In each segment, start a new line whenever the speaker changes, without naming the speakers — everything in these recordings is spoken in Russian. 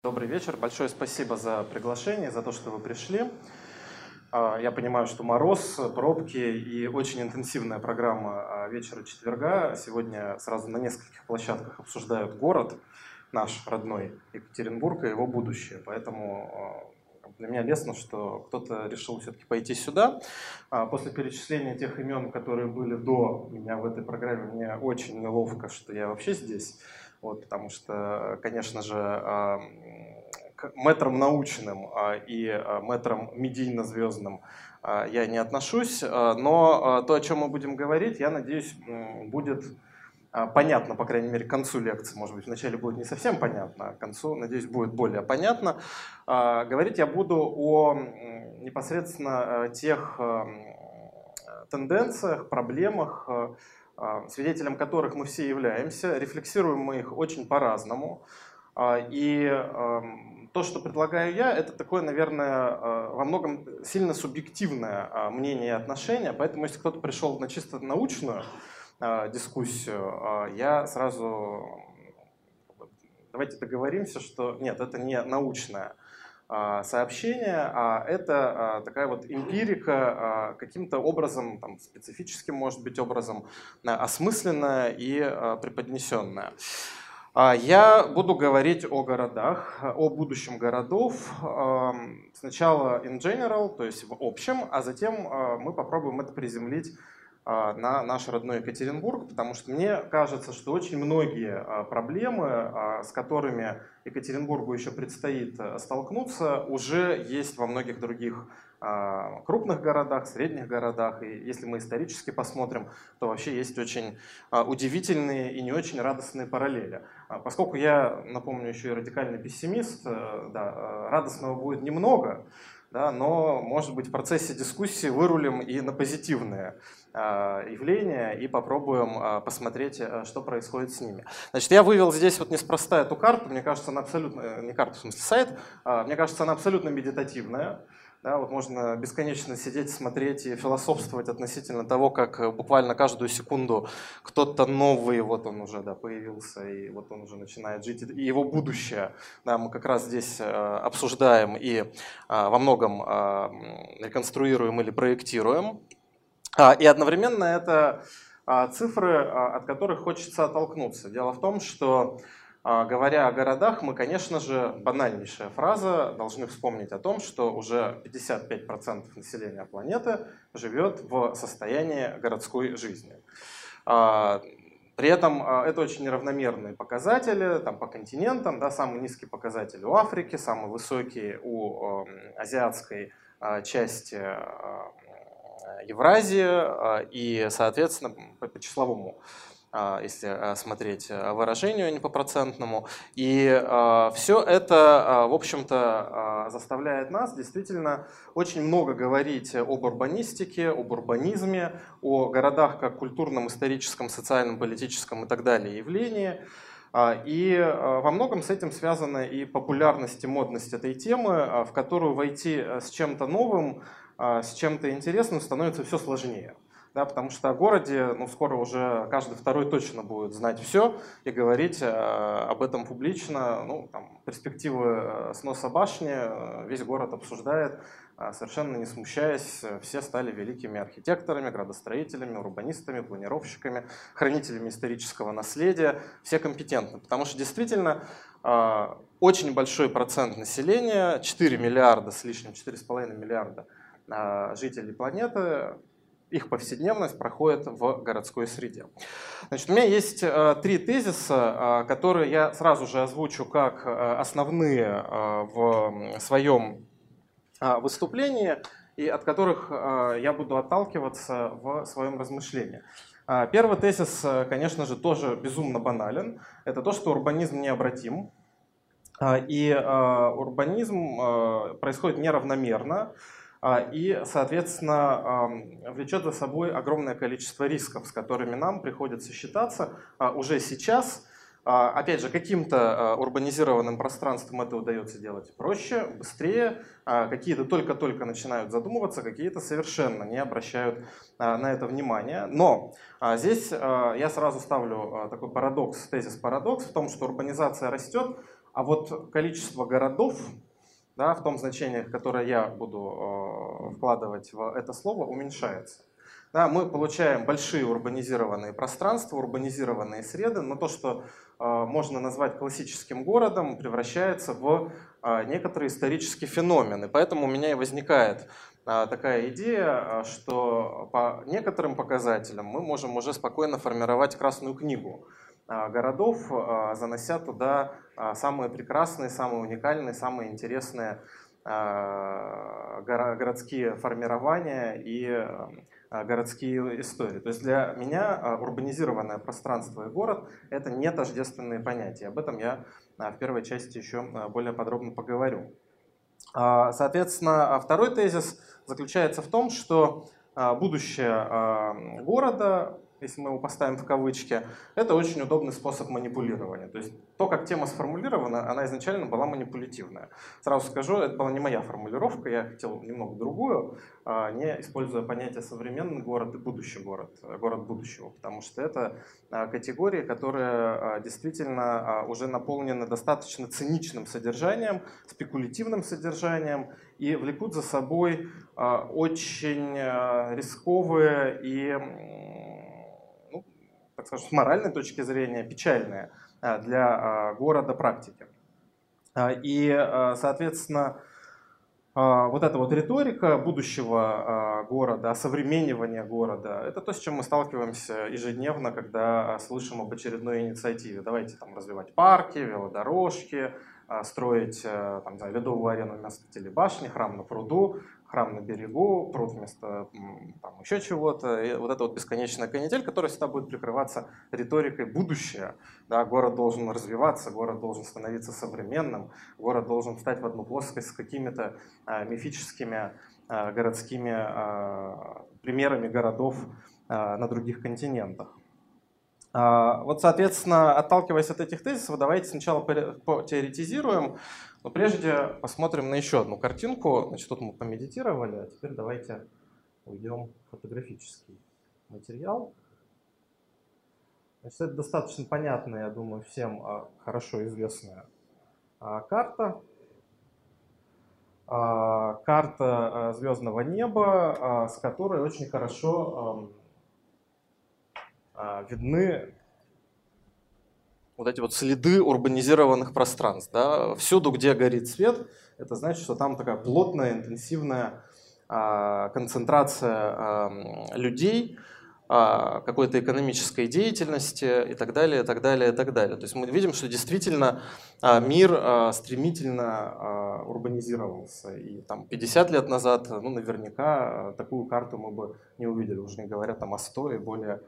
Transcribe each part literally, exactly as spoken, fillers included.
Добрый вечер. Большое спасибо за приглашение, за то, что вы пришли. Я понимаю, что мороз, пробки и очень интенсивная программа вечера четверга. Сегодня сразу на нескольких площадках обсуждают город, наш родной Екатеринбург и его будущее. Поэтому для меня лестно, что кто-то решил все-таки пойти сюда. После перечисления тех имен, которые были до меня в этой программе, мне очень неловко, что я вообще здесь. Вот, потому что, конечно же, к мэтрам научным и мэтрам медийно-звездным я не отношусь, но то, о чем мы будем говорить, я надеюсь, будет понятно, по крайней мере, к концу лекции. Может быть, вначале будет не совсем понятно, а к концу, надеюсь, будет более понятно. Говорить я буду о непосредственно тех тенденциях, проблемах, свидетелем которых мы все являемся. Рефлексируем мы их очень по-разному. И то, что предлагаю я, это такое, наверное, во многом сильно субъективное мнение и отношение. Поэтому, если кто-то пришел на чисто научную дискуссию, я сразу... Давайте договоримся, что нет, это не научное сообщение, а это такая вот эмпирика, каким-то образом, там, специфическим, может быть, образом осмысленная и преподнесенная. Я буду говорить о городах, о будущем городов. Сначала in general, то есть в общем, а затем мы попробуем это приземлить на наш родной Екатеринбург, потому что мне кажется, что очень многие проблемы, с которыми Екатеринбургу еще предстоит столкнуться, уже есть во многих других крупных городах, средних городах. И если мы исторически посмотрим, то вообще есть очень удивительные и не очень радостные параллели. Поскольку я, напомню, еще и радикальный пессимист, да, радостного будет немного, да, но, может быть, в процессе дискуссии вырулим и на позитивные явления и попробуем посмотреть, что происходит с ними. Значит, я вывел здесь вот неспроста эту карту, мне кажется, она абсолютно, не карту, в смысле сайт, мне кажется, она абсолютно медитативная. Да, вот можно бесконечно сидеть, смотреть и философствовать относительно того, как буквально каждую секунду кто-то новый, вот он уже да, появился, и вот он уже начинает жить, и его будущее да, мы как раз здесь обсуждаем и во многом реконструируем или проектируем. И одновременно это цифры, от которых хочется оттолкнуться. Дело в том, что говоря о городах, мы, конечно же, банальнейшая фраза, должны вспомнить о том, что уже пятьдесят пять процентов населения планеты живет в состоянии городской жизни. При этом это очень неравномерные показатели там, по континентам. Да, самый низкий показатель у Африки, самый высокий у азиатской части Евразии и, соответственно, по числовому, если смотреть выражению, а не по процентному. И э, все это, в общем-то, заставляет нас действительно очень много говорить об урбанистике, об урбанизме, о городах как культурном, историческом, социальном, политическом и так далее явлении. И во многом с этим связана и популярность и модность этой темы, в которую войти с чем-то новым, с чем-то интересным становится все сложнее. Да, потому что о городе ну, скоро уже каждый второй точно будет знать все и говорить э, об этом публично. Ну, там, перспективы сноса башни весь город обсуждает, э, совершенно не смущаясь. Все стали великими архитекторами, градостроителями, урбанистами, планировщиками, хранителями исторического наследия. Все компетентны, потому что действительно э, очень большой процент населения, четыре миллиарда с лишним, четыре с половиной миллиарда э, жителей планеты, их повседневность проходит в городской среде. Значит, у меня есть э, три тезиса, э, которые я сразу же озвучу как э, основные э, в своем э, выступлении и от которых э, я буду отталкиваться в своем размышлении. Э, первый тезис, э, конечно же, тоже безумно банален. Это то, что урбанизм необратим. Э, и э, урбанизм э, происходит неравномерно. И, соответственно, влечет за собой огромное количество рисков, с которыми нам приходится считаться уже сейчас. Опять же, каким-то урбанизированным пространством это удается делать проще, быстрее. Какие-то только-только начинают задумываться, какие-то совершенно не обращают на это внимания. Но здесь я сразу ставлю такой парадокс, тезис-парадокс в том, что урбанизация растет, А вот количество городов, да, в том значении, которое я буду э, вкладывать в это слово, уменьшается. Да, мы получаем большие урбанизированные пространства, урбанизированные среды, но то, что э, можно назвать классическим городом, превращается в э, некоторые исторические феномены. Поэтому у меня и возникает э, такая идея, что по некоторым показателям мы можем уже спокойно формировать Красную книгу э, городов, э, занося туда э, самые прекрасные, самые уникальные, самые интересные э, городские формирования и городские истории. То есть для меня урбанизированное пространство и город — это не тождественные понятия. Об этом я в первой части еще более подробно поговорю. Соответственно, второй тезис заключается в том, что будущее города, если мы его поставим в кавычки, это очень удобный способ манипулирования. То есть то, как тема сформулирована, она изначально была манипулятивная. Сразу скажу, это была не моя формулировка, я хотел немного другую, не используя понятие современный город и будущий город, город будущего, потому что это категории, которые действительно уже наполнены достаточно циничным содержанием, спекулятивным содержанием и влекут за собой очень рисковые и, ну, так скажем, с моральной точки зрения печальные для города практики. И, соответственно, вот эта вот риторика будущего города, осовременивания города, это то, с чем мы сталкиваемся ежедневно, когда слышим об очередной инициативе. Давайте там развивать парки, велодорожки, строить там, не знаю, ледовую арену вместо телебашни, храм на пруду, храм на берегу, пруд вместо там, еще чего-то. И вот эта вот бесконечная канитель, которая всегда будет прикрываться риторикой будущее. Да, город должен развиваться, город должен становиться современным, город должен встать в одну плоскость с какими-то а, мифическими а, городскими а, примерами городов а, на других континентах. Вот, соответственно, отталкиваясь от этих тезисов, давайте сначала потеоретизируем, но прежде посмотрим на еще одну картинку. Значит, тут мы помедитировали, а теперь давайте уйдем в фотографический материал. Значит, это достаточно понятная, я думаю, всем хорошо известная карта. Карта звездного неба, с которой очень хорошо видны вот эти вот следы урбанизированных пространств. Да? Всюду, где горит свет, это значит, что там такая плотная, интенсивная а, концентрация а, людей, а, какой-то экономической деятельности и так далее, и так далее, и так далее. То есть мы видим, что действительно а, мир а, стремительно а, урбанизировался. И там пятьдесят лет назад, ну, наверняка, а, такую карту мы бы не увидели, уже не говоря там о сто и более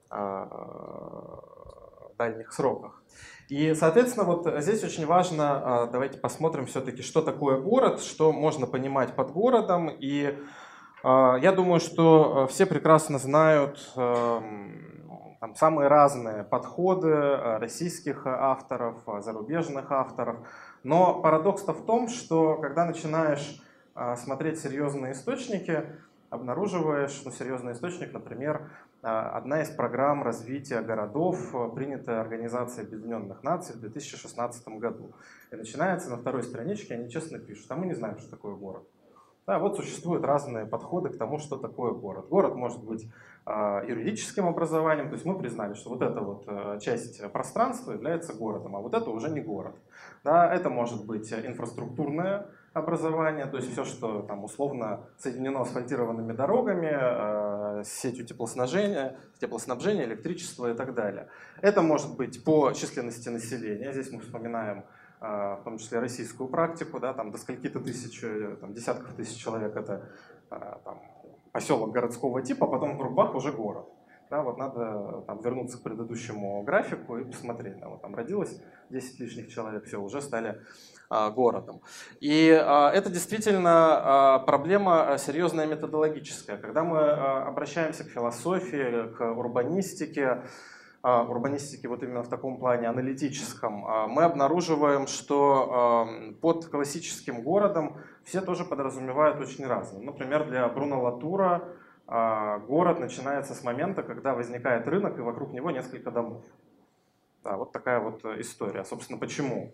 дальних сроках. И, соответственно, вот здесь очень важно, давайте посмотрим все-таки, что такое город, что можно понимать под городом. И я думаю, что все прекрасно знают там самые разные подходы российских авторов, зарубежных авторов. Но парадокс-то в том, что когда начинаешь смотреть серьезные источники, обнаруживаешь, что серьезный источник, например, одна из программ развития городов, принятая Организацией Объединенных Наций в две тысячи шестнадцатом году. И начинается на второй страничке, они честно пишут, а мы не знаем, что такое город. Да, вот существуют разные подходы к тому, что такое город. Город может быть юридическим образованием, то есть мы признали, что вот эта вот часть пространства является городом, а вот это уже не город. Да, это может быть инфраструктурное образование, то есть все, что там условно соединено асфальтированными дорогами, с сетью теплоснабжения, теплоснабжения, электричества и так далее. Это может быть по численности населения. Здесь мы вспоминаем в том числе российскую практику, да, там до скольки-то тысяч, там, десятков тысяч человек это там, поселок городского типа, а потом в бах уже город. Да, вот надо там, вернуться к предыдущему графику и посмотреть. Да, вот там родилось десять лишних человек, все, уже стали а, городом. И а, это действительно а, проблема серьезная методологическая. Когда мы а, обращаемся к философии, к урбанистике, а, урбанистике вот именно в таком плане аналитическом, а, мы обнаруживаем, что а, под классическим городом все тоже подразумевают очень разное. Например, для Бруно Латура город начинается с момента, когда возникает рынок, и вокруг него несколько домов. Да, вот такая вот история. Собственно, почему?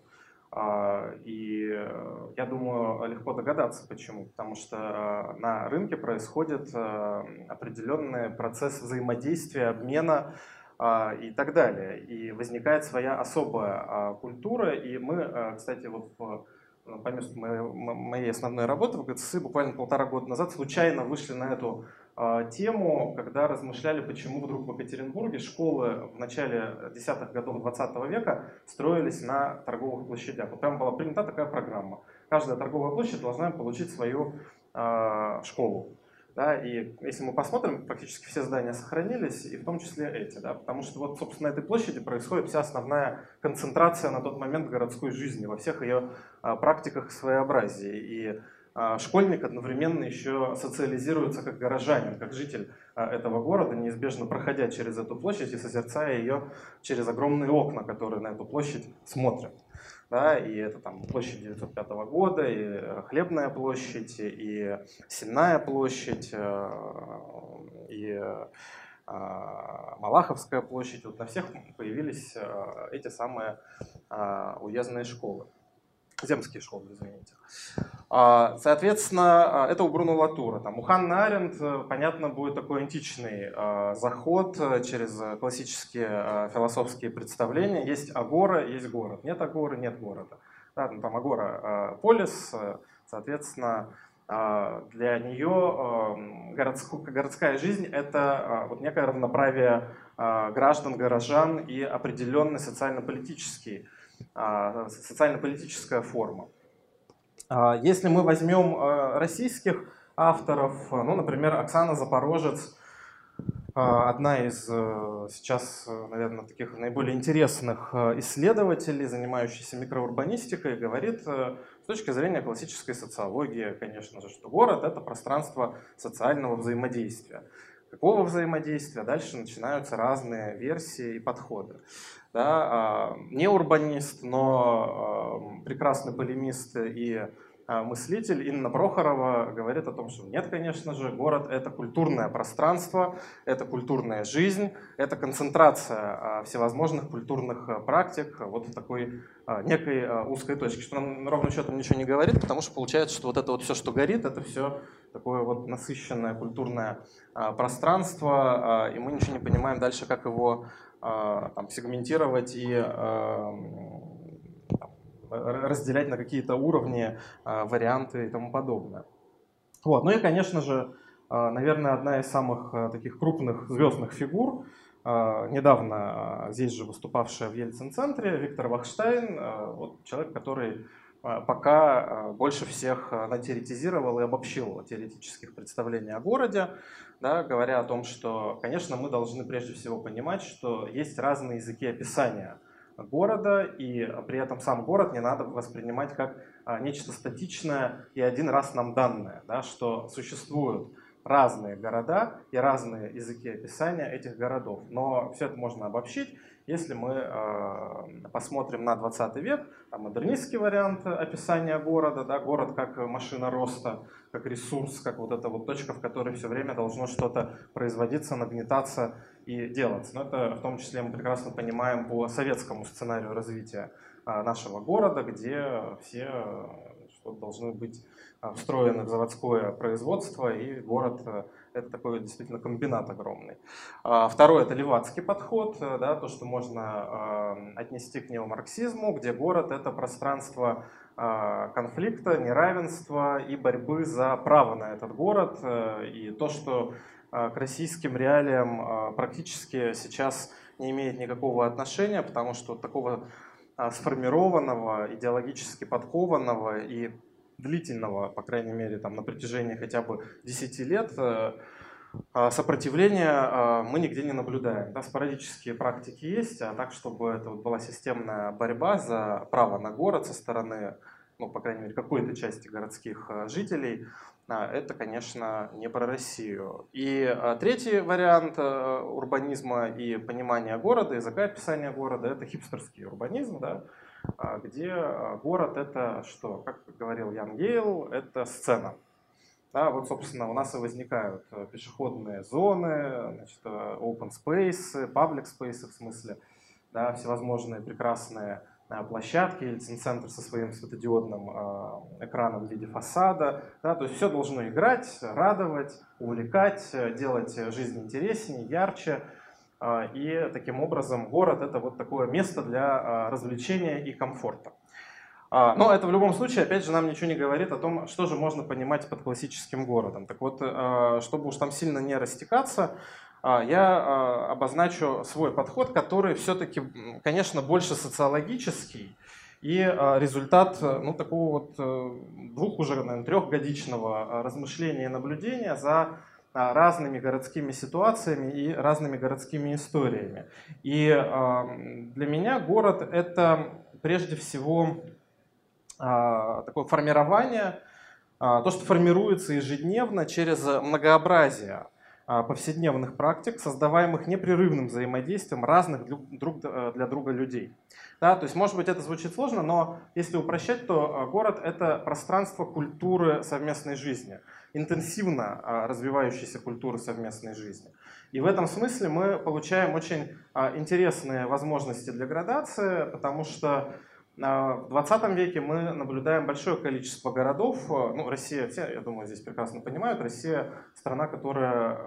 И я думаю, легко догадаться, почему. Потому что на рынке происходит определенный процесс взаимодействия, обмена и так далее. И возникает своя особая культура. И мы, кстати, вот по месту моей основной работы в ГЦСИ буквально полтора года назад случайно вышли на эту тему, когда размышляли, почему вдруг в Екатеринбурге школы в начале десятых годов двадцатого века строились на торговых площадях. Вот там была принята такая программа. Каждая торговая площадь должна получить свою э, школу. Да, и если мы посмотрим, практически все здания сохранились, и в том числе эти. Да, потому что, вот, собственно, на этой площади происходит вся основная концентрация на тот момент городской жизни, во всех ее э, практиках и своеобразии. И школьник одновременно еще социализируется как горожанин, как житель этого города, неизбежно проходя через эту площадь и созерцая ее через огромные окна, которые на эту площадь смотрят. Да, и это там площадь девятьсот пятого года, и Хлебная площадь, и Сенная площадь, и Малаховская площадь. Вот на всех появились эти самые уездные школы. Земские школы, извините. Соответственно, это у Бруно Латура. Там у Ханны Аренд, понятно, будет такой античный заход через классические философские представления. Есть агора, есть город. Нет агоры, нет города. Да, там агора — полис, соответственно, для нее городская жизнь — это вот некое равноправие граждан, горожан и определенный социально-политический социально-политическая форма. Если мы возьмем российских авторов, ну, например, Оксана Запорожец, одна из сейчас, наверное, таких наиболее интересных исследователей, занимающихся микроурбанистикой, говорит с точки зрения классической социологии, конечно же, что город — это пространство социального взаимодействия. Какого взаимодействия? Дальше начинаются разные версии и подходы. Да, не урбанист, но прекрасный полемист и мыслитель Инна Прохорова говорит о том, что нет, конечно же, город — это культурное пространство, это культурная жизнь, это концентрация всевозможных культурных практик вот в такой некой узкой точке, что нам ровным счетом ничего не говорит, потому что получается, что вот это вот все, что горит, это все такое вот насыщенное культурное пространство, и мы ничего не понимаем дальше, как его там сегментировать и там разделять на какие-то уровни, варианты и тому подобное. Вот. Ну и, конечно же, наверное, одна из самых таких крупных звездных фигур, недавно здесь же выступавшая в Ельцин-центре, Виктор Вахштайн, вот человек, который пока больше всех натеоретизировал и обобщил теоретических представлений о городе, да, говоря о том, что, конечно, мы должны прежде всего понимать, что есть разные языки описания города, и при этом сам город не надо воспринимать как нечто статичное и один раз нам данное, да, что существуют разные города и разные языки описания этих городов. Но все это можно обобщить, если мы э, посмотрим на двадцатый век, там модернистский вариант описания города, да, город как машина роста, как ресурс, как вот эта вот точка, в которой все время должно что-то производиться, нагнетаться и делаться. Но это в том числе мы прекрасно понимаем по советскому сценарию развития э, нашего города, где все что должны быть встроены в заводское производство, и город — это такой действительно комбинат огромный. Второй — это левацкий подход, да, то, что можно отнести к неомарксизму, где город — это пространство конфликта, неравенства и борьбы за право на этот город, и то, что к российским реалиям практически сейчас не имеет никакого отношения, потому что такого сформированного, идеологически подкованного и длительного, по крайней мере, там, на протяжении хотя бы десяти лет сопротивления мы нигде не наблюдаем. Да, спорадические практики есть, а так, чтобы это вот была системная борьба за право на город со стороны, ну, по крайней мере, какой-то части городских жителей, это, конечно, не про Россию. И третий вариант урбанизма и понимания города, языка описания города — это хипстерский урбанизм, да, где город — это что? Как говорил Ян Гейл, это сцена. Да, вот, собственно, у нас и возникают пешеходные зоны, значит, open space, public space в смысле, да, всевозможные прекрасные площадки, Ельцин-центр со своим светодиодным экраном в виде фасада. Да, то есть все должно играть, радовать, увлекать, делать жизнь интереснее, ярче. И таким образом город — это вот такое место для развлечения и комфорта. Но это в любом случае, опять же, нам ничего не говорит о том, что же можно понимать под классическим городом. Так вот, чтобы уж там сильно не растекаться, я обозначу свой подход, который все-таки, конечно, больше социологический и результат, ну, такого вот двух уже, наверное, трехгодичного размышления и наблюдения за разными городскими ситуациями и разными городскими историями. И для меня город — это прежде всего такое формирование, то, что формируется ежедневно через многообразие повседневных практик, создаваемых непрерывным взаимодействием разных друг для друга людей. Да, то есть, может быть, это звучит сложно, но если упрощать, то город — это пространство культуры совместной жизни, интенсивно развивающейся культуры совместной жизни. И в этом смысле мы получаем очень интересные возможности для градации, потому что в двадцатом веке мы наблюдаем большое количество городов. Ну, Россия, все, я думаю, здесь прекрасно понимают, Россия — страна, которая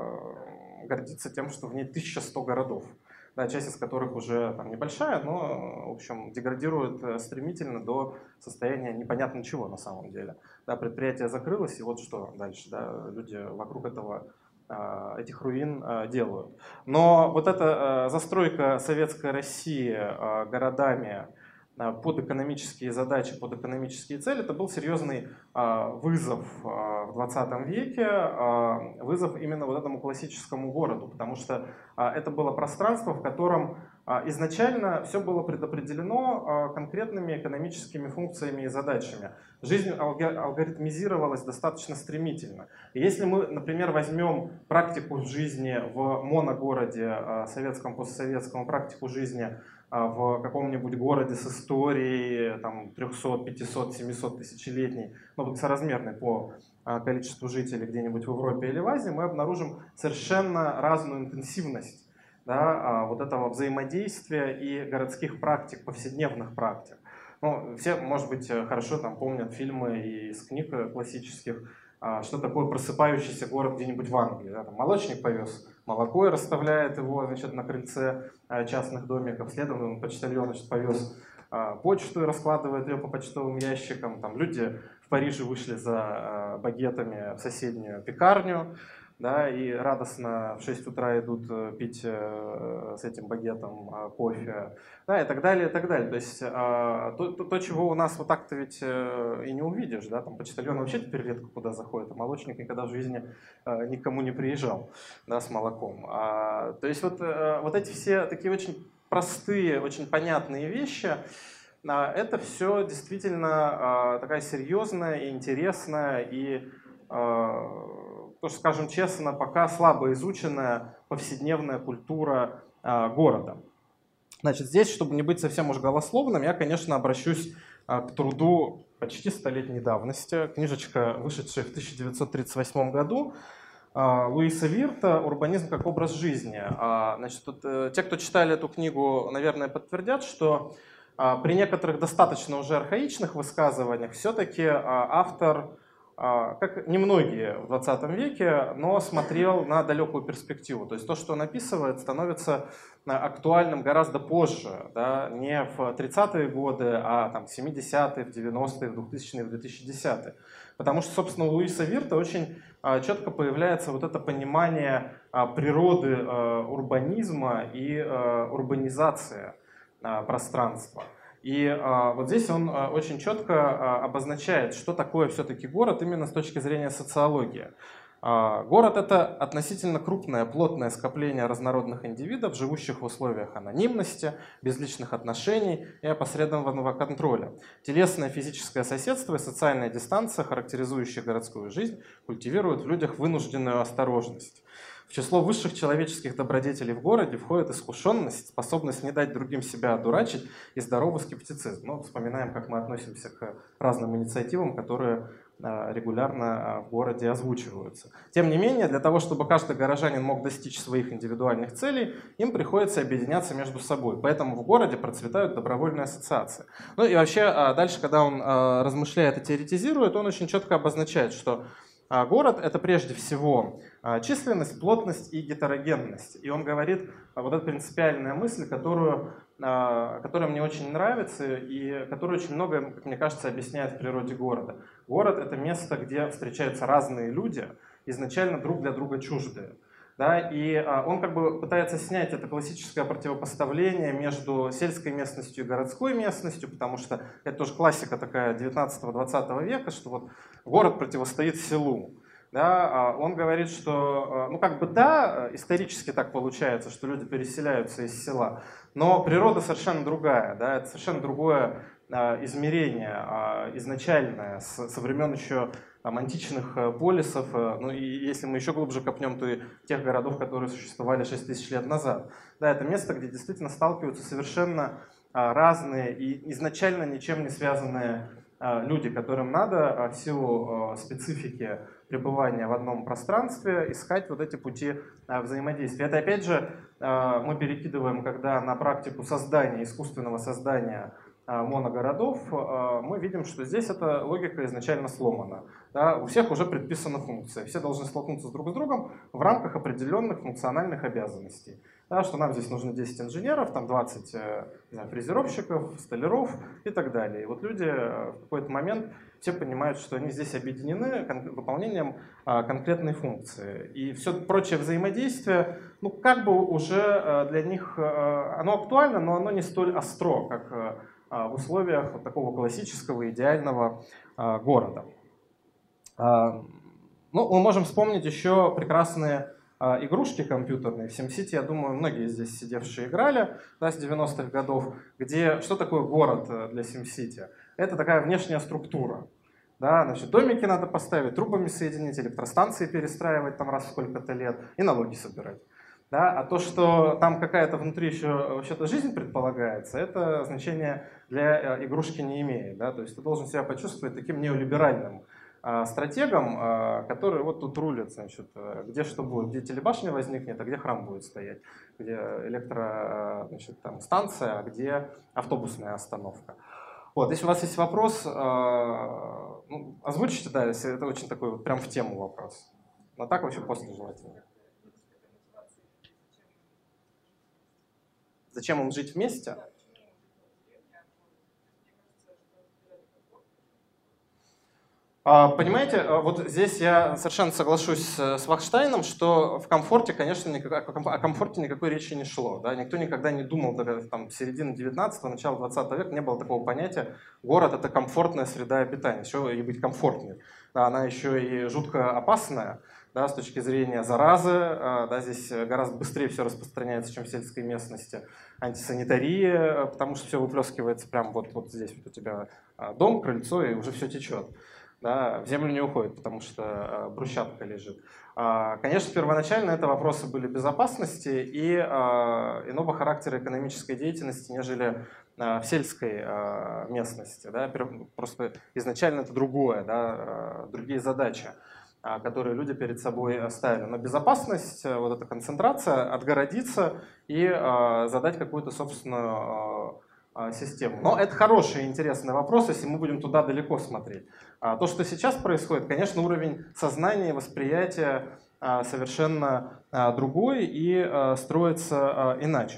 э, гордится тем, что в ней тысяча сто городов, да, часть из которых уже там небольшая, но, в общем, деградирует стремительно до состояния непонятно чего на самом деле. Да, предприятие закрылось, и вот что дальше, да, люди вокруг этого, э, этих руин э, делают. Но вот эта э, застройка советской России э, городами под экономические задачи, под экономические цели, это был серьезный вызов в двадцатом веке, вызов именно вот этому классическому городу, потому что это было пространство, в котором изначально все было предопределено конкретными экономическими функциями и задачами. Жизнь алгоритмизировалась достаточно стремительно. И если мы, например, возьмем практику жизни в моногороде, советском, постсоветском, практику жизни в каком-нибудь городе с историей там, трехсот, пятисот, семисот тысячелетней, ну, соразмерной по количеству жителей где-нибудь в Европе или в Азии, мы обнаружим совершенно разную интенсивность, да, вот этого взаимодействия и городских практик, повседневных практик. Ну, все, может быть, хорошо там помнят фильмы из книг классических, что такое просыпающийся город где-нибудь в Англии. Да? Там молочник повез молоко и расставляет его, значит, на крыльце частных домиков. Следом почтальон, значит, повез почту и раскладывает ее по почтовым ящикам. Там люди в Париже вышли за багетами в соседнюю пекарню, да, и радостно в шесть утра идут пить с этим багетом кофе, да, и так далее, и так далее. То есть то, то, то чего у нас вот так-то ведь и не увидишь, да, там почтальон вообще теперь редко куда заходит, а молочник никогда в жизни никому не приезжал, да, с молоком. А, то есть вот, вот эти все такие очень простые, очень понятные вещи, это все действительно такая серьезная и интересная и, то, что, скажем честно, пока слабо изученная повседневная культура э, города. Значит, здесь, чтобы не быть совсем уж голословным, я, конечно, обращусь э, к труду почти столетней давности. Книжечка, вышедшая в тысяча девятьсот тридцать восьмом году, э, Луиса Вирта «Урбанизм как образ жизни». Э, значит, тут, э, те, кто читали эту книгу, наверное, подтвердят, что э, при некоторых достаточно уже архаичных высказываниях все-таки э, автор, как немногие в двадцатом веке, но смотрел на далекую перспективу. То есть то, что он описывает, становится актуальным гораздо позже, да, не в тридцатые годы, а там, в семидесятые, в девяностые, в двухтысячные, в двухтысячные. Потому что, собственно, у Луиса Вирта очень четко появляется вот это понимание природы урбанизма и урбанизации пространства. И а, вот здесь он а, очень четко а, обозначает, что такое все-таки город именно с точки зрения социологии. А, город — это относительно крупное, плотное скопление разнородных индивидов, живущих в условиях анонимности, безличных отношений и опосредованного контроля. Телесное физическое соседство и социальная дистанция, характеризующие городскую жизнь, культивируют в людях вынужденную осторожность. В число высших человеческих добродетелей в городе входит искушенность, способность не дать другим себя одурачить и здоровый скептицизм. Ну, вспоминаем, как мы относимся к разным инициативам, которые регулярно в городе озвучиваются. Тем не менее, для того, чтобы каждый горожанин мог достичь своих индивидуальных целей, им приходится объединяться между собой. Поэтому в городе процветают добровольные ассоциации. Ну и вообще, дальше, когда он размышляет и теоретизирует, он очень четко обозначает, что город — это прежде всего численность, плотность и гетерогенность. И он говорит, вот эта принципиальная мысль, которую, которая мне очень нравится и которая очень много, как мне кажется, объясняет в природе города. Город — это место, где встречаются разные люди, изначально друг для друга чуждые. Да, и он как бы пытается снять это классическое противопоставление между сельской местностью и городской местностью, потому что это тоже классика такая девятнадцатого-двадцатого века, что вот город противостоит селу. Да, он говорит, что, ну как бы да, исторически так получается, что люди переселяются из села, но природа совершенно другая, да, это совершенно другое измерение, изначальное, со времен еще там, античных полисов, ну и если мы еще глубже копнем, то и тех городов, которые существовали шесть тысяч лет назад. Да, это место, где действительно сталкиваются совершенно разные и изначально ничем не связанные люди, которым надо в силу специфики пребывания в одном пространстве искать вот эти пути взаимодействия. Это опять же мы перекидываем, когда на практику создания, искусственного создания моногородов, мы видим, что здесь эта логика изначально сломана. Да, у всех уже предписана функция, все должны столкнуться друг с другом в рамках определенных функциональных обязанностей. Да, что нам здесь нужно десять инженеров, там двадцать знаю, фрезеровщиков, столяров и так далее. И вот люди в какой-то момент все понимают, что они здесь объединены выполнением конкретной функции. И все прочее взаимодействие, ну как бы уже для них оно актуально, но оно не столь остро, как в условиях вот такого классического идеального города. Ну, мы можем вспомнить еще прекрасные игрушки компьютерные. В SimCity, я думаю, многие здесь сидевшие играли, да, с девяностых годов, где что такое город для SimCity? Это такая внешняя структура. Да, значит, домики надо поставить, трубами соединить, электростанции перестраивать там раз в сколько-то лет и налоги собирать. Да, а то, что там какая-то внутри еще вообще-то жизнь предполагается, это значение для игрушки не имеет. Да? То есть ты должен себя почувствовать таким неолиберальным а, стратегом, а, который вот тут рулит, значит, где что будет, где телебашня возникнет, а где храм будет стоять, где электростанция, а где автобусная остановка. Вот, если у вас есть вопрос, а, ну, озвучите, да, если это очень такой вот прям в тему вопрос. Но так вообще после желательно. Зачем им жить вместе? Понимаете, вот здесь я совершенно соглашусь с Вахштайном, что в комфорте, конечно, никак, о комфорте никакой речи не шло. Да? Никто никогда не думал, там, в середине девятнадцатого, начало двадцатого века не было такого понятия «город — это комфортная среда обитания». Еще и быть комфортнее. Да, она еще и жутко опасная. Да, с точки зрения заразы, да, здесь гораздо быстрее все распространяется, чем в сельской местности. Антисанитария, потому что все выплескивается прямо вот, вот здесь вот у тебя дом, крыльцо, и уже все течет. Да, в землю не уходит, потому что брусчатка лежит. Конечно, первоначально это вопросы были безопасности и иного характера экономической деятельности, нежели в сельской местности. Да. Просто изначально это другое, да, другие задачи, которые люди перед собой ставили. Но безопасность, вот эта концентрация, отгородиться и э, задать какую-то собственную э, систему. Но это хороший и интересный вопрос, если мы будем туда далеко смотреть. А то, что сейчас происходит, конечно, уровень сознания и восприятия э, совершенно э, другой и э, строится э, иначе.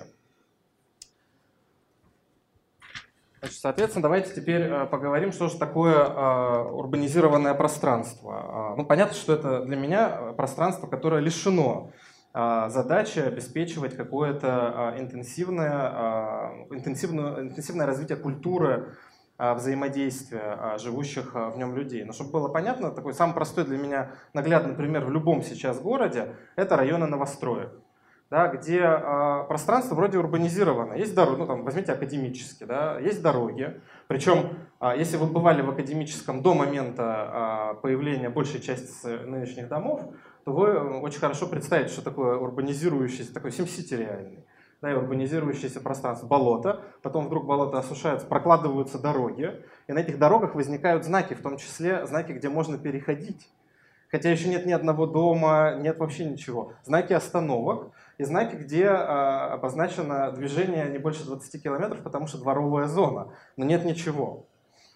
Значит, соответственно, давайте теперь поговорим, что же такое урбанизированное пространство. Ну, понятно, что это для меня пространство, которое лишено задачи обеспечивать какое-то интенсивное, интенсивное, интенсивное развитие культуры взаимодействия живущих в нем людей. Но чтобы было понятно, такой самый простой для меня наглядный пример в любом сейчас городе – это районы новостроек. Да, где э, пространство вроде урбанизировано. Есть дороги, ну там возьмите академические, да, есть дороги. Причем, э, если вы бывали в академическом до момента э, появления большей части нынешних домов, то вы очень хорошо представите, что такое урбанизирующийся, такой SimCity реальный. да, и урбанизирующееся пространство, болото, потом вдруг болото осушается, прокладываются дороги, и на этих дорогах возникают знаки, в том числе знаки, где можно переходить. Хотя еще нет ни одного дома, нет вообще ничего. Знаки остановок и знаки, где а, обозначено движение не больше двадцати километров, потому что дворовая зона, но нет ничего.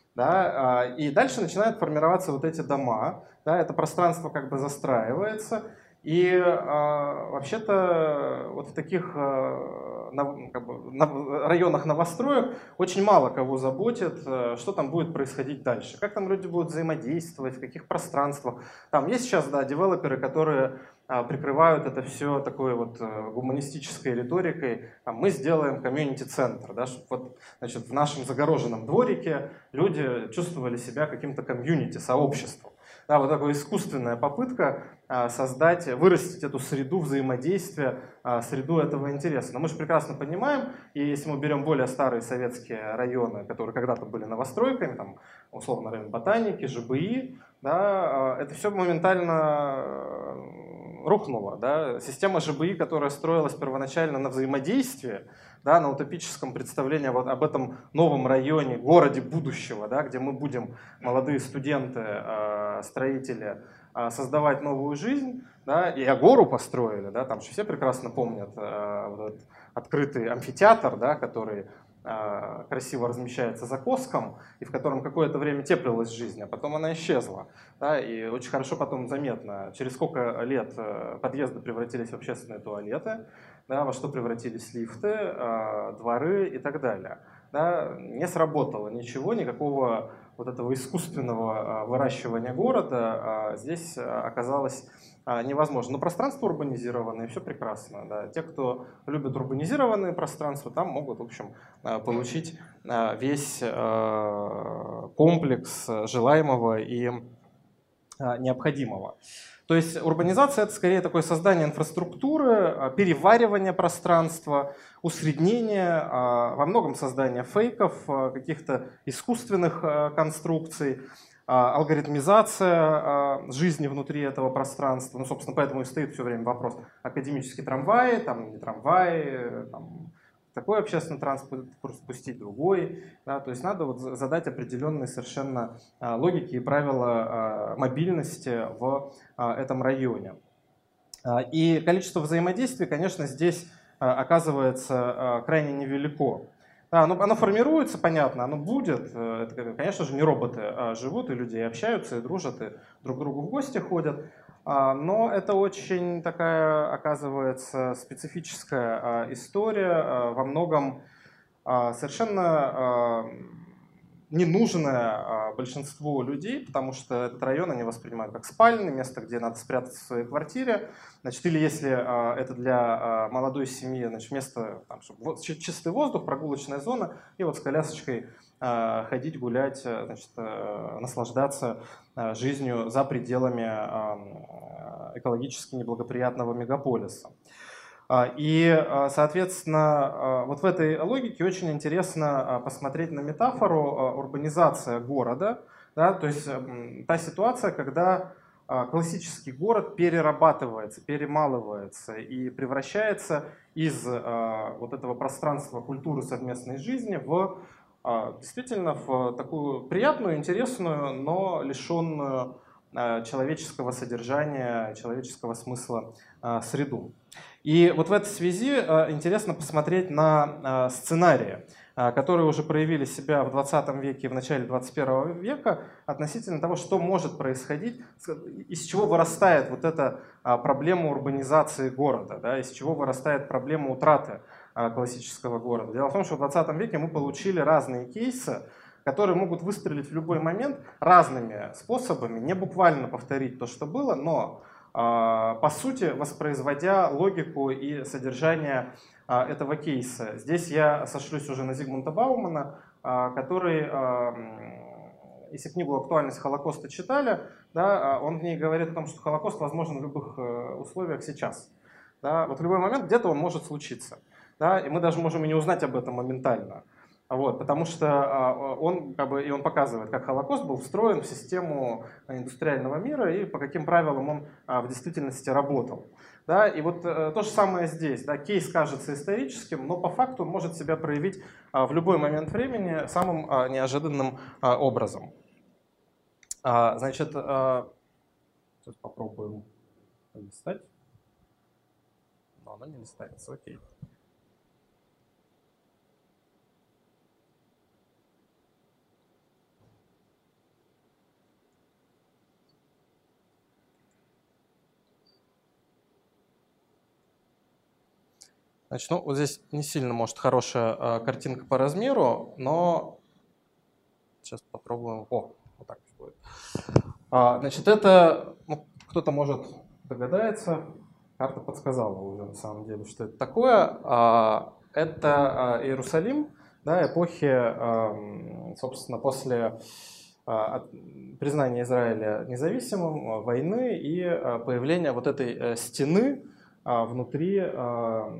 Да? И дальше начинают формироваться вот эти дома, да? Это пространство как бы застраивается, и а, вообще-то вот в таких а, на, как бы, на районах новостроек очень мало кого заботит, что там будет происходить дальше, как там люди будут взаимодействовать, в каких пространствах. Там есть сейчас, да, девелоперы, которые а, прикрывают это все такой вот гуманистической риторикой. Там, мы сделаем комьюнити-центр, да, чтобы вот, значит, в нашем загороженном дворике люди чувствовали себя каким-то комьюнити, сообществом. Да, вот такая искусственная попытка а, создать, вырастить эту среду взаимодействия, а, среду этого интереса. Но мы же прекрасно понимаем, и если мы берем более старые советские районы, которые когда-то были новостройками, там, условно, район Ботаники, ЖБИ, да, а, это все моментально рухнуло. Да. Система ЖБИ, которая строилась первоначально на взаимодействии, да, на утопическом представлении вот об этом новом районе, городе будущего, да, где мы будем, молодые студенты, строители, создавать новую жизнь, да, и Агору построили, да, там же все прекрасно помнят вот этот открытый амфитеатр, да, который красиво размещается за Коском, и в котором какое-то время теплилась жизнь, а потом она исчезла. Да, и очень хорошо потом заметно, через сколько лет подъезды превратились в общественные туалеты, да, во что превратились лифты, дворы и так далее. Да, не сработало ничего, никакого вот этого искусственного выращивания города здесь оказалось невозможно. Но пространство урбанизированное, все прекрасно. Да. Те, кто любит урбанизированные пространства, там могут, в общем, получить весь комплекс желаемого и необходимого. То есть урбанизация — это скорее такое создание инфраструктуры, переваривание пространства, усреднение, во многом создание фейков, каких-то искусственных конструкций, алгоритмизация жизни внутри этого пространства. Ну, собственно, поэтому и стоит все время вопрос: академический трамвай, там не трамвай, там, такой общественный транспорт спустить, другой. Да, то есть надо вот задать определенные совершенно логики и правила мобильности в этом районе. И количество взаимодействий, конечно, здесь оказывается крайне невелико. Да, оно, оно формируется, понятно, оно будет. Это, конечно же, не роботы а живут, и люди общаются, и дружат, и друг к другу в гости ходят. Но это очень такая, оказывается, специфическая история, во многом совершенно ненужная большинству людей, потому что этот район они воспринимают как спальное место, где надо спрятаться в своей квартире. Значит, или если это для молодой семьи, значит, место, там, чтобы чистый воздух, прогулочная зона, и вот с колясочкой ходить, гулять, значит, наслаждаться жизнью за пределами экологически неблагоприятного мегаполиса. И, соответственно, вот в этой логике очень интересно посмотреть на метафору урбанизация города, да, то есть та ситуация, когда классический город перерабатывается, перемалывается и превращается из вот этого пространства культуры совместной жизни в действительно в такую приятную, интересную, но лишенную человеческого содержания, человеческого смысла среду. И вот в этой связи интересно посмотреть на сценарии, которые уже проявили себя в двадцатом веке и в начале двадцать первого века относительно того, что может происходить, из чего вырастает вот эта проблема урбанизации города, да, из чего вырастает проблема утраты классического города. Дело в том, что в двадцатом веке мы получили разные кейсы, которые могут выстрелить в любой момент разными способами, не буквально повторить то, что было, но по сути воспроизводя логику и содержание этого кейса. Здесь я сошлюсь уже на Зигмунда Баумана, который, если книгу «Актуальность Холокоста» читали, да, он в ней говорит о том, что Холокост возможен в любых условиях сейчас. Да, вот в любой момент где-то он может случиться. Да, и мы даже можем и не узнать об этом моментально. Вот, потому что он, как бы, и он показывает, как Холокост был встроен в систему индустриального мира и по каким правилам он в действительности работал. Да, и вот то же самое здесь. Да, кейс кажется историческим, но по факту он может себя проявить в любой момент времени самым неожиданным образом. Значит, сейчас попробуем листать. Но она не листается, окей. Значит, ну, вот здесь не сильно, может, хорошая э, картинка по размеру, но сейчас попробуем. О, вот так будет. А, значит, это, ну, кто-то может догадается, карта подсказала уже на самом деле, что это такое. А, это а, Иерусалим, да, эпохи, а, собственно, после а, признания Израиля независимым, войны и а, появления вот этой а, стены а, внутри а,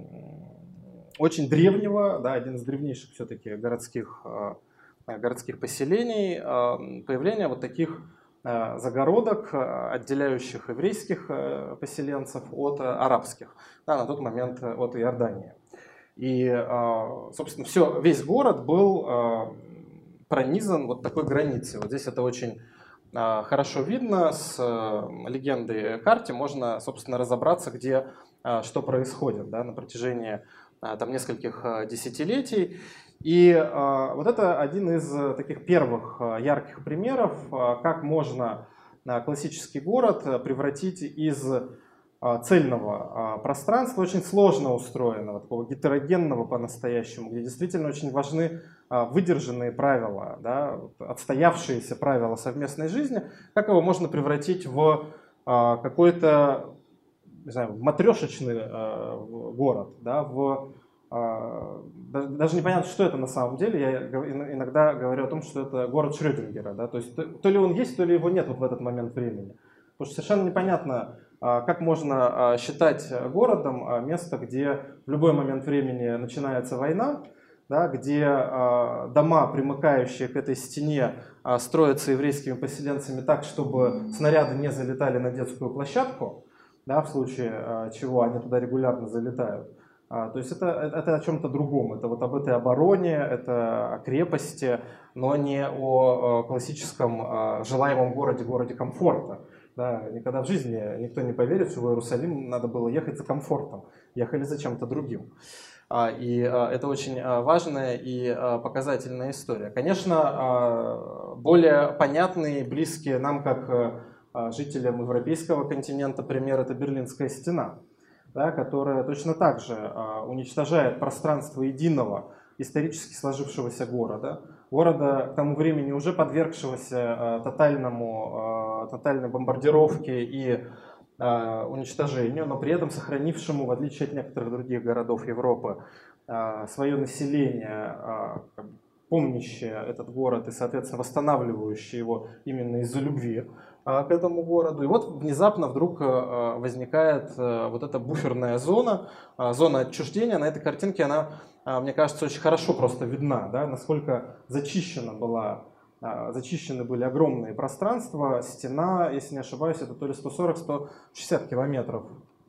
очень древнего, да, один из древнейших все-таки городских, городских поселений, появление вот таких загородок, отделяющих еврейских поселенцев от арабских, да, на тот момент от Иордании. И, собственно, все, весь город был пронизан вот такой границей. Вот здесь это очень хорошо видно, с легендой карте можно, собственно, разобраться, где что происходит, да, на протяжении там нескольких десятилетий. И э, вот это один из таких первых ярких примеров, э, как можно э, классический город превратить из э, цельного э, пространства, очень сложно устроенного, такого гетерогенного по-настоящему, где действительно очень важны э, выдержанные правила, да, отстоявшиеся правила совместной жизни, как его можно превратить в э, какой-то, не знаю, матрешечный э, город, да, в, э, даже непонятно, что это на самом деле. Я иногда говорю о том, что это город Шрёдингера, да, то есть то, то ли он есть, то ли его нет вот в этот момент времени. Потому что совершенно непонятно, э, как можно э, считать городом э, место, где в любой момент времени начинается война, да, где э, дома, примыкающие к этой стене, э, строятся еврейскими поселенцами так, чтобы снаряды не залетали на детскую площадку. Да, в случае а, чего они туда регулярно залетают. А, то есть это, это о чем-то другом, это вот об этой обороне, это о крепости, но не о, о классическом а, желаемом городе, городе комфорта. Да, никогда в жизни никто не поверит, что в Иерусалим надо было ехать за комфортом, ехали за чем-то другим. А, и а, это очень а, важная и а, показательная история. Конечно, а, более понятные, близкие нам как жителям европейского континента пример — это Берлинская стена, да, которая точно так же а, уничтожает пространство единого исторически сложившегося города, города к тому времени уже подвергшегося а, тотальному, а, тотальной бомбардировке и а, уничтожению, но при этом сохранившему, в отличие от некоторых других городов Европы, а, свое население, а, помнящее этот город и, соответственно, восстанавливающее его именно из-за любви к этому городу. И вот внезапно вдруг возникает вот эта буферная зона, зона отчуждения. На этой картинке она, мне кажется, очень хорошо просто видна, да, насколько зачищена была, зачищены были огромные пространства. Стена, если не ошибаюсь, это то ли сто сорок — сто шестьдесят километров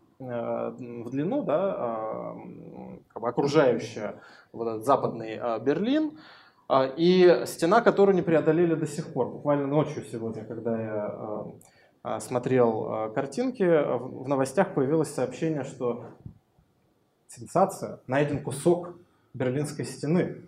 в длину, да, как бы окружающая вот этот западный Берлин. И стена, которую не преодолели до сих пор. Буквально ночью сегодня, когда я смотрел картинки, в новостях появилось сообщение, что сенсация, найден кусок Берлинской стены.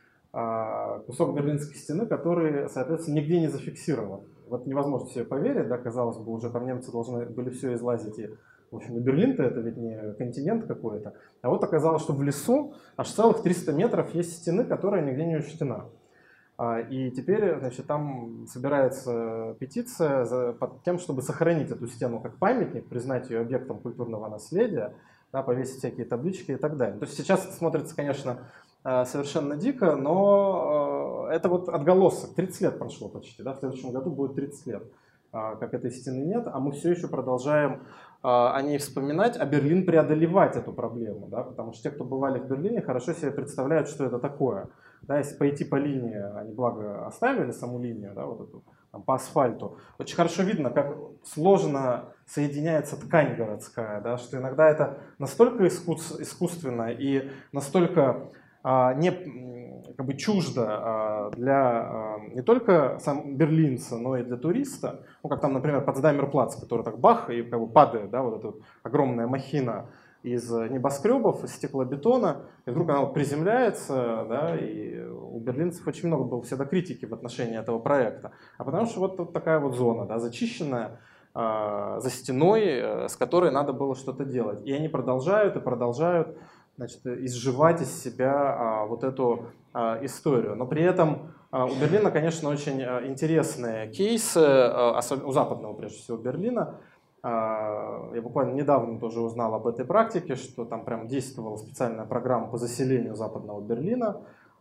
Кусок Берлинской стены, который, соответственно, нигде не зафиксирован. Вот невозможно себе поверить, да, казалось бы, уже там немцы должны были все излазить. И, в общем, Берлин-то это ведь не континент какой-то. А вот оказалось, что в лесу аж целых триста метров есть стены, которая нигде не учтена. И теперь, значит, там собирается петиция за, под тем, чтобы сохранить эту стену как памятник, признать ее объектом культурного наследия, да, повесить всякие таблички и так далее. То есть сейчас это смотрится, конечно, совершенно дико, но это вот отголосок. тридцать лет прошло почти, да, в следующем году будет тридцать лет, как этой стены нет, а мы все еще продолжаем о ней вспоминать, а Берлин преодолевать эту проблему, да, потому что те, кто бывали в Берлине, хорошо себе представляют, что это такое. Да, если пойти по линии, они, благо, оставили саму линию, да, вот эту, там, по асфальту, очень хорошо видно, как сложно соединяется ткань городская, да, что иногда это настолько искус, искусственно и настолько а, не, как бы чуждо а, для а, не только сам берлинца, но и для туриста, ну, как там, например, Потсдамер-плац, который так бах и как бы падает, да, вот эта вот огромная махина из небоскребов, из стеклобетона, и вдруг она вот приземляется, да, и у берлинцев очень много было всегда критики в отношении этого проекта. А потому что вот, вот такая вот зона, да, зачищенная, э, за стеной, э, с которой надо было что-то делать. И они продолжают и продолжают, значит, изживать из себя э, вот эту э, историю. Но при этом э, у Берлина, конечно, очень э, интересные кейсы, э, особенно у западного, прежде всего, Берлина. Я буквально недавно тоже узнал об этой практике, что там прям действовала специальная программа по заселению Западного Берлина.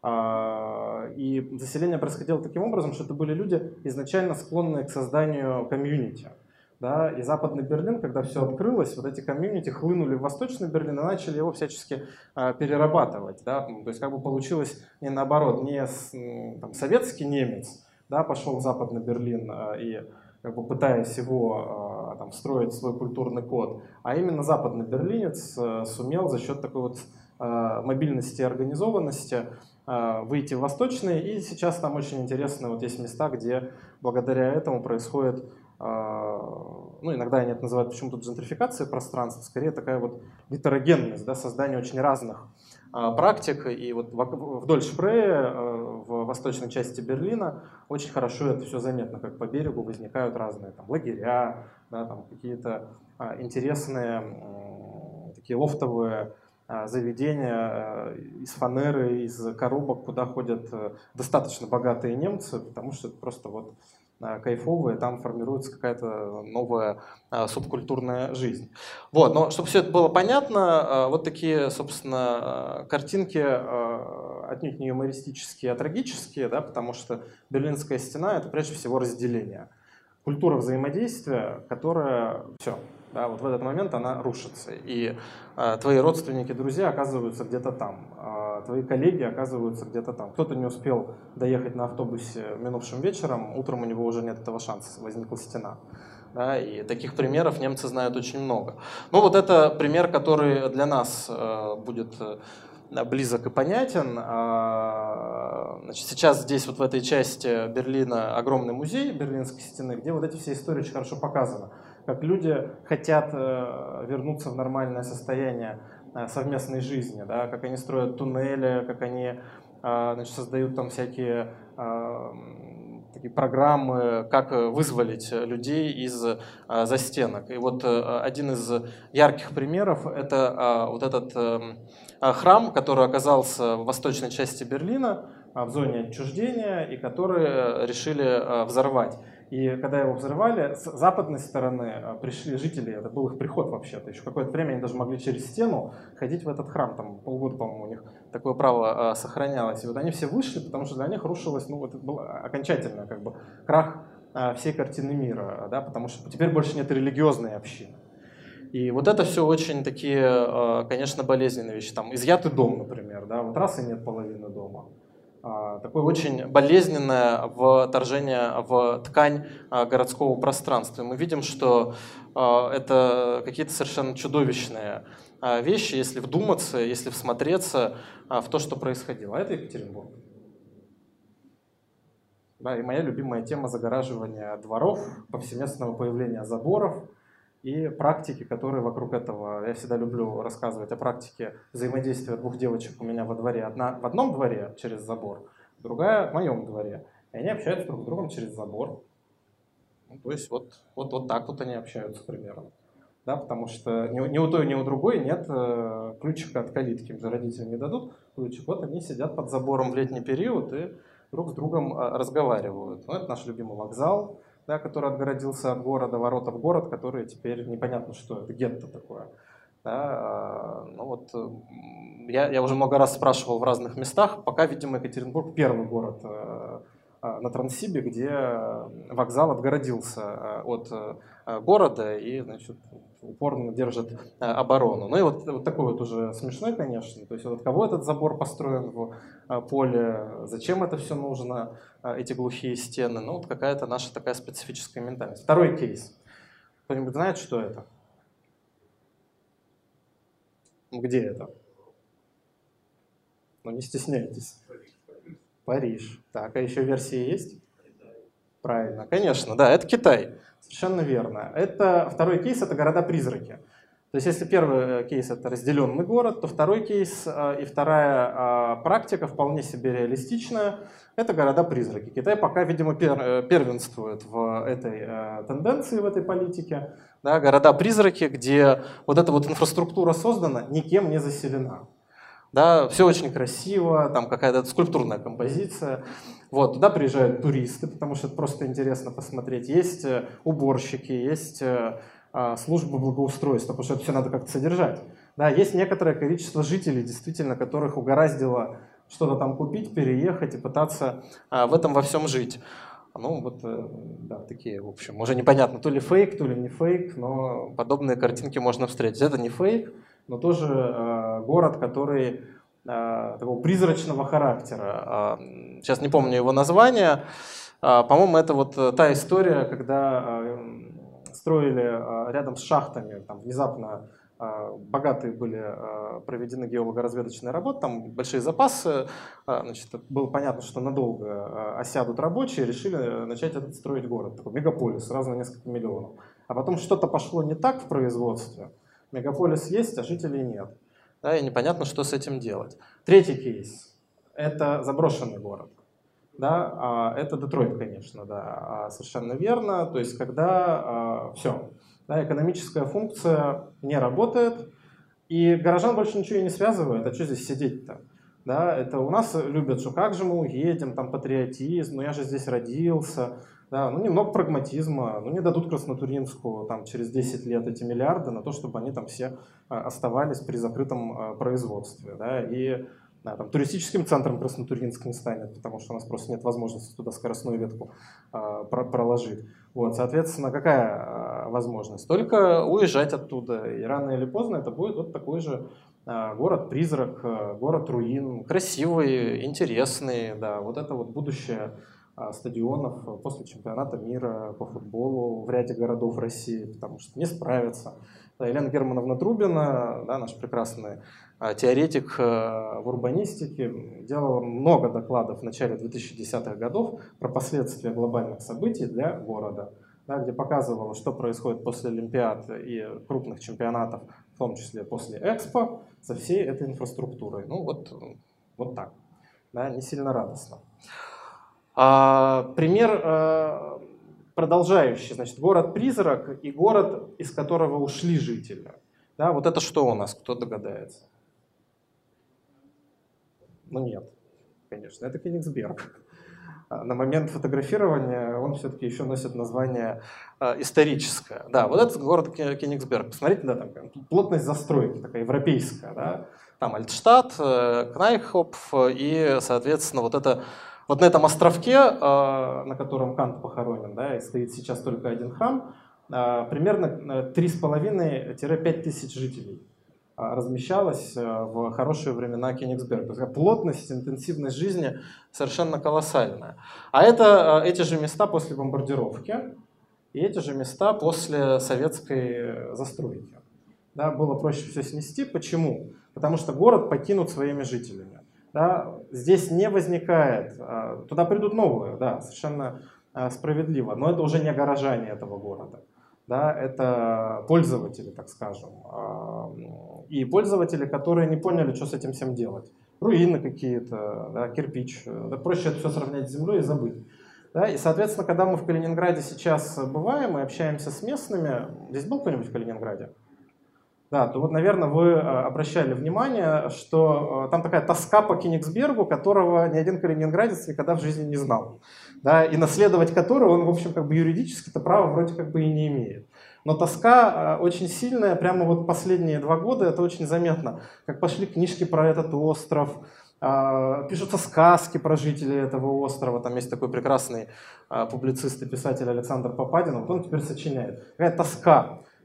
И заселение происходило таким образом, что это были люди, изначально склонные к созданию комьюнити. Да? И Западный Берлин, когда все открылось, вот эти комьюнити хлынули в Восточный Берлин и начали его всячески перерабатывать. Да? То есть как бы получилось не наоборот, не там, советский немец, да, пошел в Западный Берлин и как бы пытаясь его там, встроить в свой культурный код, а именно западный берлинец сумел за счет такой вот мобильности и организованности выйти в восточный, и сейчас там очень интересно, вот есть места, где благодаря этому происходит, ну иногда они это называют почему-то джентрификация пространства, скорее такая вот гетерогенность, да, создание очень разных практик, и вот вдоль Шпрее, в восточной части Берлина, очень хорошо это все заметно, как по берегу возникают разные там лагеря, да, там какие-то интересные такие лофтовые заведения из фанеры, из коробок, куда ходят достаточно богатые немцы, потому что это просто вот кайфовые, там формируется какая-то новая субкультурная жизнь. Вот, но чтобы все это было понятно, вот такие, собственно, картинки, отнюдь не юмористические, а трагические, да, потому что Берлинская стена — это прежде всего разделение. Культура взаимодействия, которая все, да, вот в этот момент она рушится. И э, твои родственники, друзья оказываются где-то там, э, твои коллеги оказываются где-то там. Кто-то не успел доехать на автобусе минувшим вечером, утром у него уже нет этого шанса, возникла стена. Да, и таких примеров немцы знают очень много. Ну вот это пример, который для нас э, будет близок и понятен. Значит, сейчас здесь, вот в этой части Берлина, огромный музей Берлинской стены, где вот эти все истории очень хорошо показаны. Как люди хотят вернуться в нормальное состояние совместной жизни, да, как они строят туннели, как они, значит, создают там всякие такие программы, как вызволить людей из застенок. И вот один из ярких примеров — это вот этот храм, который оказался в восточной части Берлина, в зоне отчуждения, и который решили взорвать. И когда его взрывали, с западной стороны пришли жители, это был их приход вообще-то, еще какое-то время они даже могли через стену ходить в этот храм, там полгода, по-моему, у них такое право сохранялось. И вот они все вышли, потому что для них рушилось, ну, это был окончательно как бы крах всей картины мира, да, потому что теперь больше нет религиозной общины. И вот это все очень такие, конечно, болезненные вещи. Там изъятый дом, например, да, вот раз и нет половины дома. Такое очень болезненное вторжение в ткань городского пространства. И мы видим, что это какие-то совершенно чудовищные вещи, если вдуматься, если всмотреться в то, что происходило. А это Екатеринбург. Да, и моя любимая тема загораживания дворов, повсеместного появления заборов и практики, которые вокруг этого. Я всегда люблю рассказывать о практике взаимодействия двух девочек у меня во дворе. Одна в одном дворе через забор, другая в моем дворе. И они общаются друг с другом через забор. Ну, то есть вот, вот, вот так вот они общаются примерно. Да, потому что ни, ни у той, ни у другой нет э, ключика от калитки. Им же родители не дадут ключик. Вот они сидят под забором в летний период и друг с другом э, разговаривают. Ну, это наш любимый вокзал, да, который отгородился от города, ворота в город, которые теперь непонятно, что это, гетто такое. Да, ну вот, я, я уже много раз спрашивал в разных местах, пока, видимо, Екатеринбург первый город э, на Транссибе, где вокзал отгородился от города, и, значит, упорно держит оборону. Ну и вот, вот такой вот уже смешной, конечно. То есть вот от кого этот забор построен в поле, зачем это все нужно, эти глухие стены. Ну вот какая-то наша такая специфическая ментальность. Второй кейс. Кто-нибудь знает, что это? Где это? Ну не стесняйтесь. Париж. Так, а еще версии есть? Правильно, конечно, да, это Китай. Совершенно верно. Это, второй кейс — это города-призраки. То есть если первый кейс — это разделенный город, то второй кейс и вторая практика вполне себе реалистичная — это города-призраки. Китай пока, видимо, первенствует в этой тенденции, в этой политике. Да, города-призраки, где вот эта вот инфраструктура создана, никем не заселена. Да, все очень красиво, там какая-то скульптурная композиция. Вот, туда приезжают туристы, потому что это просто интересно посмотреть. Есть уборщики, есть службы благоустройства, потому что это все надо как-то содержать. Да, есть некоторое количество жителей, действительно, которых угораздило что-то там купить, переехать и пытаться в этом во всем жить. Ну, вот, да, такие, в общем, уже непонятно, то ли фейк, то ли не фейк, но подобные картинки можно встретить. Это не фейк, но тоже э, город, который э, такого призрачного характера. Э, сейчас не помню его название. Э, по-моему, это вот та история, когда э, строили э, рядом с шахтами, там внезапно э, богатые были э, проведены геологоразведочные работы, там большие запасы, э, значит, было понятно, что надолго э, осядут рабочие, решили начать этот строить город, такой мегаполис, сразу на несколько миллионов. А потом что-то пошло не так в производстве. Мегаполис есть, а жителей нет. Да, и непонятно, что с этим делать. Третий кейс – это заброшенный город. Да, а это Детройт, конечно, да, совершенно верно. То есть, когда а, все, да, экономическая функция не работает, и горожан больше ничего и не связывает, а что здесь сидеть-то? Да, это у нас любят, что как же мы уедем, там патриотизм, ну я же здесь родился. Да, ну немного прагматизма, ну не дадут Краснотурьинску там, через десять лет эти миллиарды на то, чтобы они там все а, оставались при закрытом а, производстве. Да, и да, там, туристическим центром Краснотурьинск не станет, потому что у нас просто нет возможности туда скоростную ветку а, про проложить. Вот, соответственно, какая а, возможность? Только уезжать оттуда, и рано или поздно это будет вот такой же а, город-призрак, а, город-руин, красивый, интересный, да, вот это вот будущее стадионов после чемпионата мира по футболу в ряде городов России, потому что не справятся. Да, Елена Германовна Трубина, да, наш прекрасный а, теоретик а, в урбанистике, делала много докладов в начале двухтысячных годов про последствия глобальных событий для города, да, где показывала, что происходит после Олимпиад и крупных чемпионатов, в том числе после Экспо, со всей этой инфраструктурой. Ну вот, вот так, да, не сильно радостно. А, пример а, продолжающий, значит, город-призрак и город, из которого ушли жители. Да, вот это что у нас, кто догадается? Ну нет, конечно, это Кенигсберг. На момент фотографирования он все-таки еще носит название а, историческое. Да, вот этот город Кенигсберг. Посмотрите, да, там плотность застройки такая европейская. Да? Там Альтштадт, Кнайхопф и, соответственно, вот это... Вот на этом островке, на котором Кант похоронен, да, и стоит сейчас только один храм, примерно три с половиной — пять тысяч жителей размещалось в хорошие времена Кенигсберга. То есть плотность, интенсивность жизни совершенно колоссальная. А это эти же места после бомбардировки и эти же места после советской застройки. Да, было проще все снести. Почему? Потому что город покинут своими жителями. Да, здесь не возникает, туда придут новые, да, совершенно справедливо, но это уже не горожане этого города, да, это пользователи, так скажем, и пользователи, которые не поняли, что с этим всем делать. Руины какие-то, да, кирпич, да, проще это все сравнять с землей и забыть. Да, и, соответственно, когда мы в Калининграде сейчас бываем и общаемся с местными, здесь был кто-нибудь в Калининграде? Да, то вот, наверное, вы обращали внимание, что там такая тоска по Кенигсбергу, которого ни один калининградец никогда в жизни не знал. Да, и наследовать которого он, в общем, как бы юридически-то права вроде как бы и не имеет. Но тоска очень сильная, прямо вот последние два года это очень заметно. Как пошли книжки про этот остров, пишутся сказки про жителей этого острова. Там есть такой прекрасный публицист и писатель Александр Попадин, вот он теперь сочиняет. Какая тоска.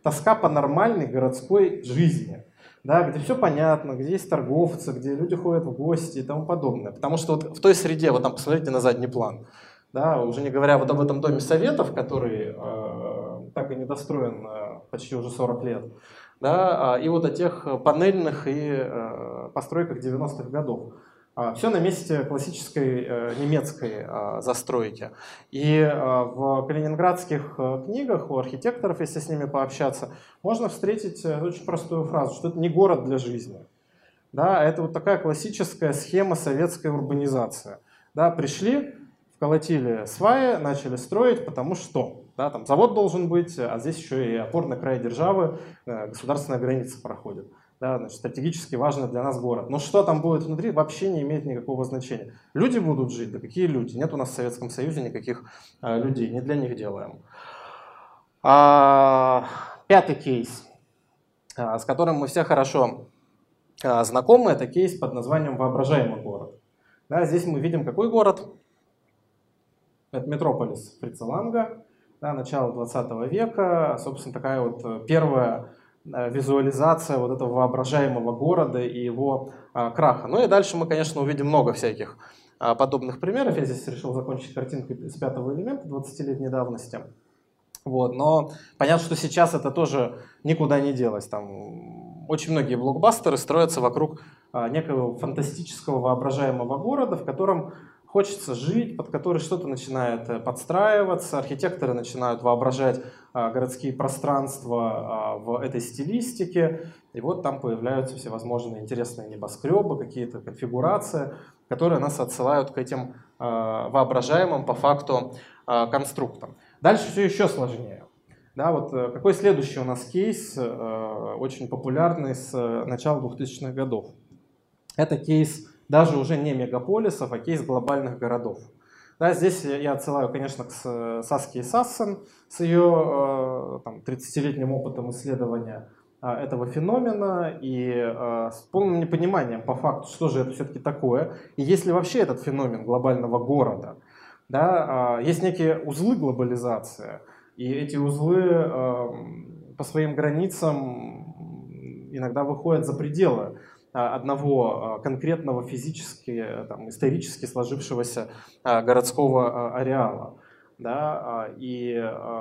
тоска по нормальной городской жизни, да, где все понятно, где есть торговцы, где люди ходят в гости и тому подобное. Потому что вот в той среде, вот там посмотрите на задний план, да, уже не говоря вот об этом доме советов, который э, так и не достроен э, почти уже сорок лет, да, и вот о тех панельных и э, постройках девяностых годов. Все на месте классической э, немецкой э, застройки. И э, в калининградских э, книгах у архитекторов, если с ними пообщаться, можно встретить э, очень простую фразу, что это не город для жизни. Да, это вот такая классическая схема советской урбанизации. Да, пришли, вколотили сваи, начали строить, потому что да, там завод должен быть, а здесь еще и опорный край державы, э, государственная граница проходит. Да, значит, стратегически важный для нас город. Но что там будет внутри, вообще не имеет никакого значения. Люди будут жить, да какие люди? Нет у нас в Советском Союзе никаких э, людей, не для них делаем. А, пятый кейс, а, с которым мы все хорошо а, знакомы, это кейс под названием «Воображаемый город». Да, здесь мы видим какой город? Это метрополис Фрица Ланга, да, начало двадцатого века, собственно, такая вот первая визуализация вот этого воображаемого города и его а, краха. Ну и дальше мы, конечно, увидим много всяких а, подобных примеров. Я здесь решил закончить картинкой из пятого элемента двадцатилетней давности. Вот. Но понятно, что сейчас это тоже никуда не делось. Там очень многие блокбастеры строятся вокруг а, некого фантастического воображаемого города, в котором хочется жить, под который что-то начинает подстраиваться, архитекторы начинают воображать а, городские пространства а, в этой стилистике, и вот там появляются всевозможные интересные небоскребы, какие-то конфигурации, которые нас отсылают к этим а, воображаемым по факту а, конструктам. Дальше все еще сложнее. Да, вот какой следующий у нас кейс, а, очень популярный с начала двухтысячных годов? Это кейс даже уже не мегаполисов, а кейс глобальных городов. Да, здесь я отсылаю, конечно, к Саске Sassen с ее там, тридцатилетним опытом исследования этого феномена и с полным непониманием по факту, что же это все-таки такое, и есть ли вообще этот феномен глобального города. Да, есть некие узлы глобализации, и эти узлы по своим границам иногда выходят за пределы одного конкретного физически, там, исторически сложившегося городского ареала. Да, и,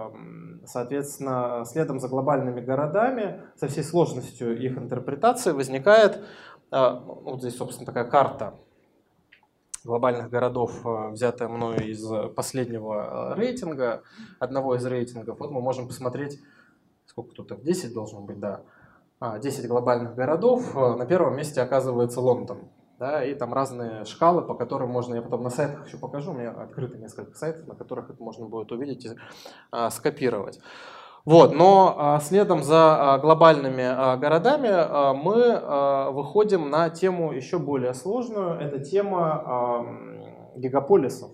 соответственно, следом за глобальными городами, со всей сложностью их интерпретации, возникает, вот здесь, собственно, такая карта глобальных городов, взятая мною из последнего рейтинга, одного из рейтингов. Вот мы можем посмотреть, сколько тут, десять должно быть, да, десять глобальных городов. На первом месте оказывается Лондон. Да, и там разные шкалы, по которым можно, я потом на сайтах еще покажу, у меня открыто несколько сайтов, на которых это можно будет увидеть и а, скопировать. Вот, но а, следом за а, глобальными а, городами а, мы а, выходим на тему еще более сложную, это тема а, гигаполисов.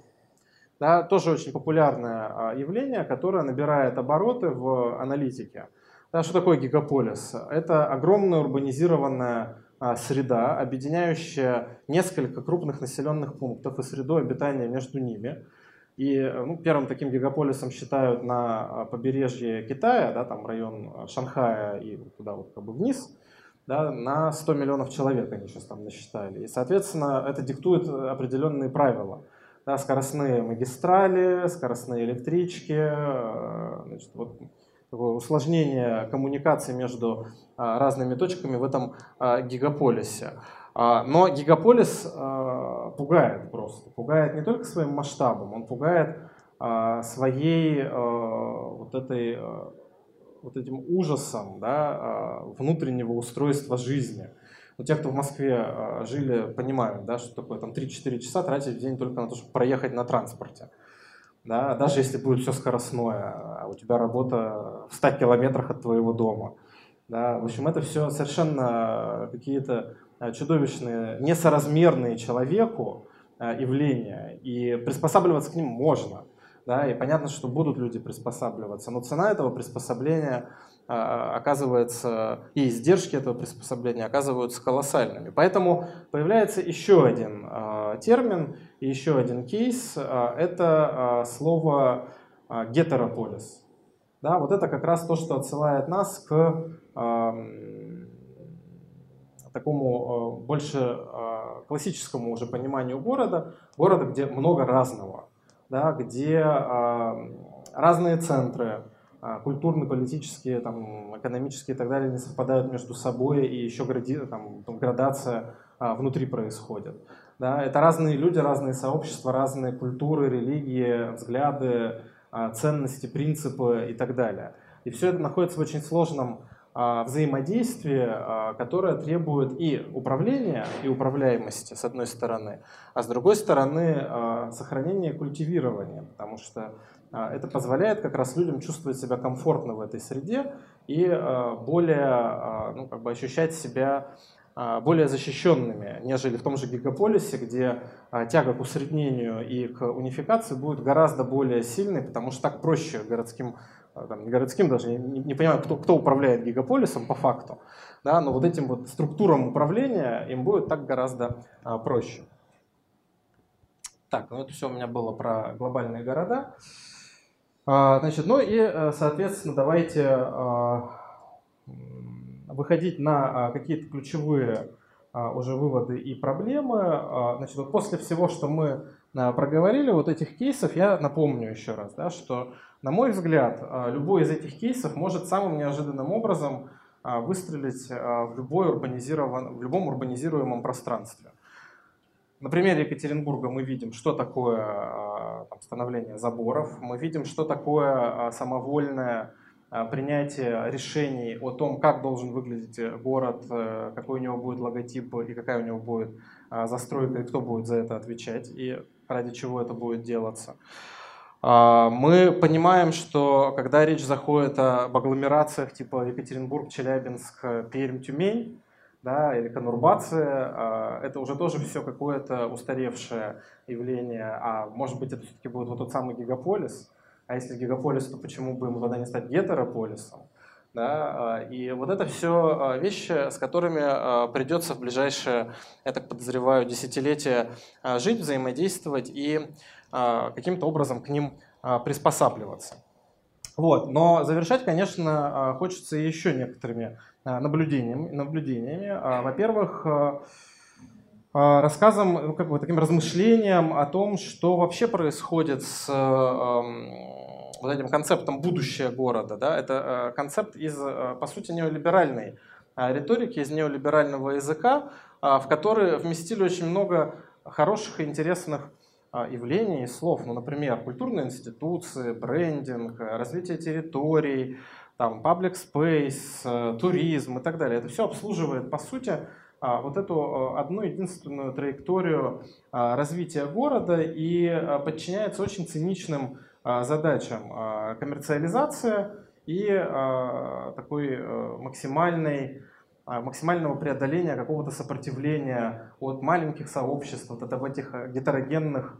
Да, тоже очень популярное а, явление, которое набирает обороты в аналитике. Да, что такое гигаполис? Это огромная урбанизированная а, среда, объединяющая несколько крупных населенных пунктов и среду обитания между ними. И ну, первым таким гигаполисом считают на побережье Китая, да, там район Шанхая и туда вот как бы вниз, да, на сто миллионов человек они сейчас там насчитали. И, соответственно, это диктует определенные правила. Да, скоростные магистрали, скоростные электрички, значит, вот, такое усложнение коммуникации между а, разными точками в этом а, гигаполисе. А, но гигаполис а, пугает просто. Пугает не только своим масштабом, он пугает а, своей а, вот, этой, а, вот этим ужасом, да, а, внутреннего устройства жизни. Но те, кто в Москве а, жили, понимают, да, что такое там три-четыре часа тратить в день только на то, чтобы проехать на транспорте. Да, даже если будет все скоростное, а у тебя работа в ста километрах от твоего дома. Да, в общем, это все совершенно какие-то чудовищные, несоразмерные человеку явления, и приспосабливаться к ним можно. Да, и понятно, что будут люди приспосабливаться, но цена этого приспособления оказывается, и издержки этого приспособления оказываются колоссальными. Поэтому появляется еще один э, термин и еще один кейс. Э, это э, слово э, гетерополис. Да, вот это как раз то, что отсылает нас к э, такому э, больше э, классическому уже пониманию города, города, где много разного, да, где э, разные центры, э, культурные, политические, там, экономические и так далее не совпадают между собой, и еще гради, там, градация э, внутри происходит. Да, это разные люди, разные сообщества, разные культуры, религии, взгляды, э, ценности, принципы и так далее. И все это находится в очень сложном взаимодействие, которое требует и управления, и управляемости, с одной стороны, а с другой стороны сохранения и культивирования, потому что это позволяет как раз людям чувствовать себя комфортно в этой среде и более, ну, как бы ощущать себя более защищенными, нежели в том же гигаполисе, где тяга к усреднению и к унификации будет гораздо более сильной, потому что так проще городским, там, не городским даже, не, не понимаю, кто, кто управляет гигаполисом по факту, да, но вот этим вот структурам управления им будет так гораздо а, проще. Так, ну это все у меня было про глобальные города. А, значит, ну и, соответственно, давайте а, выходить на а, какие-то ключевые а, уже выводы и проблемы. А, значит, вот после всего, что мы а, проговорили, вот этих кейсов, я напомню еще раз, да, что, на мой взгляд, любой из этих кейсов может самым неожиданным образом выстрелить в, любой урбанизирован... в любом урбанизируемом пространстве. На примере Екатеринбурга мы видим, что такое там, становление заборов, мы видим, что такое самовольное принятие решений о том, как должен выглядеть город, какой у него будет логотип и какая у него будет застройка, и кто будет за это отвечать, и ради чего это будет делаться. Мы понимаем, что когда речь заходит об агломерациях типа Екатеринбург, Челябинск, Пермь, Тюмень, да, или конурбация, это уже тоже все какое-то устаревшее явление, а может быть это все-таки будет вот тот самый гигаполис, а если гигаполис, то почему бы ему тогда не стать гетерополисом? Да? И вот это все вещи, с которыми придется в ближайшие, я так подозреваю, десятилетия жить, взаимодействовать и каким-то образом к ним приспосабливаться. Вот. Но завершать, конечно, хочется еще некоторыми наблюдениями. наблюдениями. Во-первых, рассказом, ну, как бы таким размышлением о том, что вообще происходит с вот этим концептом будущего города. Да? Это концепт из, по сути, неолиберальной риторики, из неолиберального языка, в который вместили очень много хороших и интересных явлений и слов. Ну, например, культурные институции, брендинг, развитие территорий, там, public space, туризм и так далее. Это все обслуживает, по сути, вот эту одну единственную траекторию развития города и подчиняется очень циничным задачам: коммерциализация и такой максимальной, максимального преодоления какого-то сопротивления от маленьких сообществ, вот от этих гетерогенных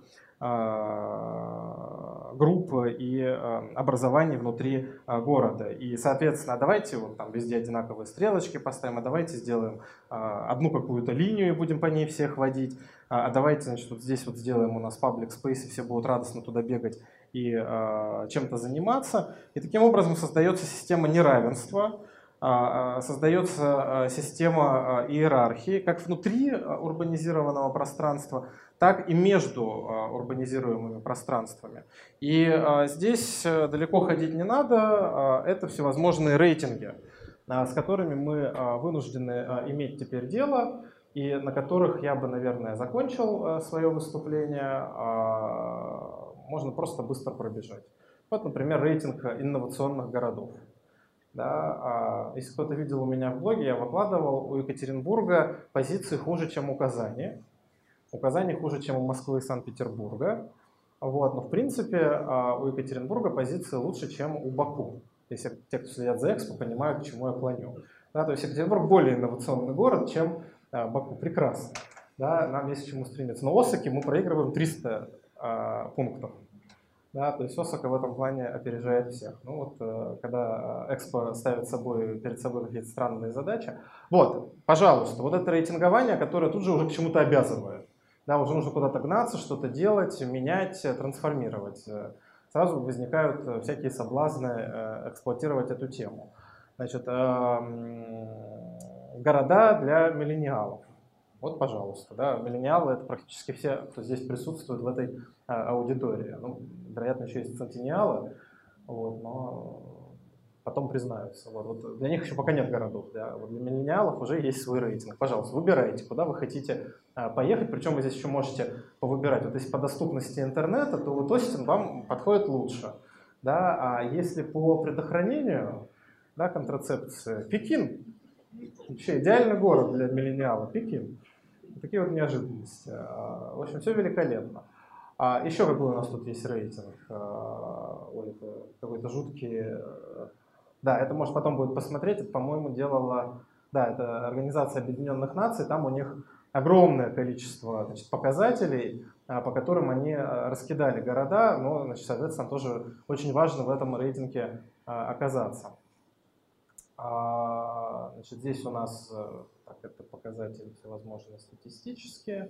групп и образований внутри города. И, соответственно, давайте вот там везде одинаковые стрелочки поставим, а давайте сделаем одну какую-то линию и будем по ней всех водить, а давайте, значит, вот здесь вот сделаем у нас public space, и все будут радостно туда бегать и чем-то заниматься. И таким образом создается система неравенства, создается система иерархии, как внутри урбанизированного пространства, так и между урбанизируемыми пространствами. И здесь далеко ходить не надо, это всевозможные рейтинги, с которыми мы вынуждены иметь теперь дело, и на которых я бы, наверное, закончил свое выступление. Можно просто быстро пробежать. Вот, например, рейтинг инновационных городов. Да, если кто-то видел у меня в блоге, я выкладывал, у Екатеринбурга позиции хуже, чем у Казани. У Казани хуже, чем у Москвы и Санкт-Петербурга. Вот, но в принципе у Екатеринбурга позиции лучше, чем у Баку. Если те, кто следят за Экспо, понимают, к чему я клоню. Да, то есть Екатеринбург более инновационный город, чем Баку. Прекрасно. Да, нам есть к чему стремиться. Но Осаке мы проигрываем триста а, пунктов. Да, то есть Осака в этом плане опережает всех. Ну вот, когда Экспо ставит собой, перед собой какие-то странные задачи. Вот, пожалуйста, вот это рейтингование, которое тут же уже к чему-то обязывает. Да, уже нужно куда-то гнаться, что-то делать, менять, трансформировать сразу возникают всякие соблазны эксплуатировать эту тему. Значит, города для миллениалов. Вот, пожалуйста, да, миллениалы — это практически все, кто здесь присутствует в этой аудитории. Ну, вероятно, еще есть центениалы, вот, но потом признаются. Вот, вот для них еще пока нет городов. Да. Вот для миллениалов уже есть свой рейтинг. Пожалуйста, выбирайте, куда вы хотите а, поехать. Причем вы здесь еще можете повыбирать. Вот если по доступности интернета, то вот Остин вам подходит лучше. Да. А если по предохранению, да, контрацепции, Пекин. Вообще идеальный город для миллениала. Пекин. Такие вот неожиданности. В общем, все великолепно. А еще какой у нас тут есть рейтинг? Ой, это какой-то жуткий... Да, это может потом будет посмотреть. Это, по-моему, делала... Да, это Организация Объединенных Наций. Там у них огромное количество, значит, показателей, по которым они раскидали города. Но, значит, соответственно, тоже очень важно в этом рейтинге оказаться. Значит, здесь у нас так, это показатели всевозможные статистические.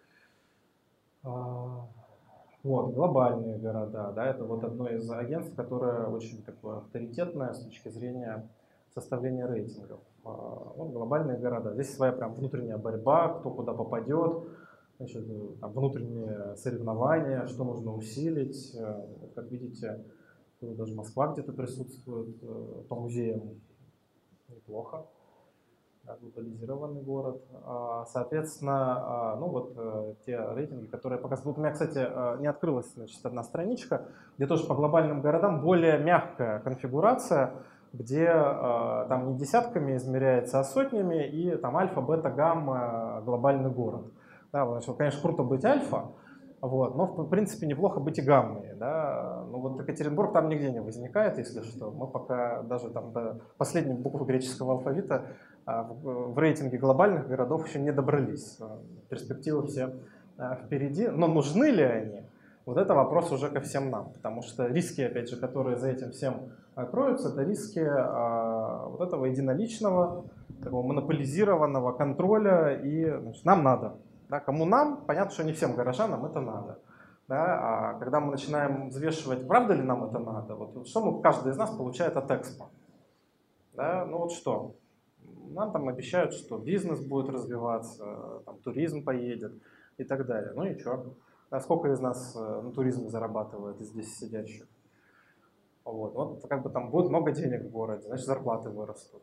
Вот, глобальные города, да, это вот одно из агентств, которое очень такое авторитетное с точки зрения составления рейтингов. Вот, глобальные города. Здесь своя прям внутренняя борьба, кто куда попадет, значит, там, внутренние соревнования, что нужно усилить. Как видите, даже Москва где-то присутствует по музеям. Неплохо. Глобализированный город. Соответственно, ну вот те рейтинги, которые показывают. Вот у меня, кстати, не открылась, значит, одна страничка, где тоже по глобальным городам более мягкая конфигурация, где там не десятками измеряется, а сотнями, и там альфа, бета, гамма, глобальный город. Да, значит, конечно, круто быть альфа, вот, но в принципе неплохо быть и гаммой. Да. Ну вот Екатеринбург там нигде не возникает, если что. Мы пока даже там до последней буквы греческого алфавита в рейтинге глобальных городов еще не добрались. Перспективы все впереди. Но нужны ли они? Вот это вопрос уже ко всем нам. Потому что риски, опять же, которые за этим всем кроются, это риски вот этого единоличного, такого монополизированного контроля. И, значит, нам надо. Да, кому нам? Понятно, что не всем горожанам это надо. Да, а когда мы начинаем взвешивать, правда ли нам это надо, вот, что мы, каждый из нас получает от Экспо? Да, ну вот что? Нам там обещают, что бизнес будет развиваться, там, туризм поедет и так далее. Ну и что? А сколько из нас на туризме зарабатывает из здесь сидящих? Вот, вот как бы там будет много денег в городе, значит зарплаты вырастут.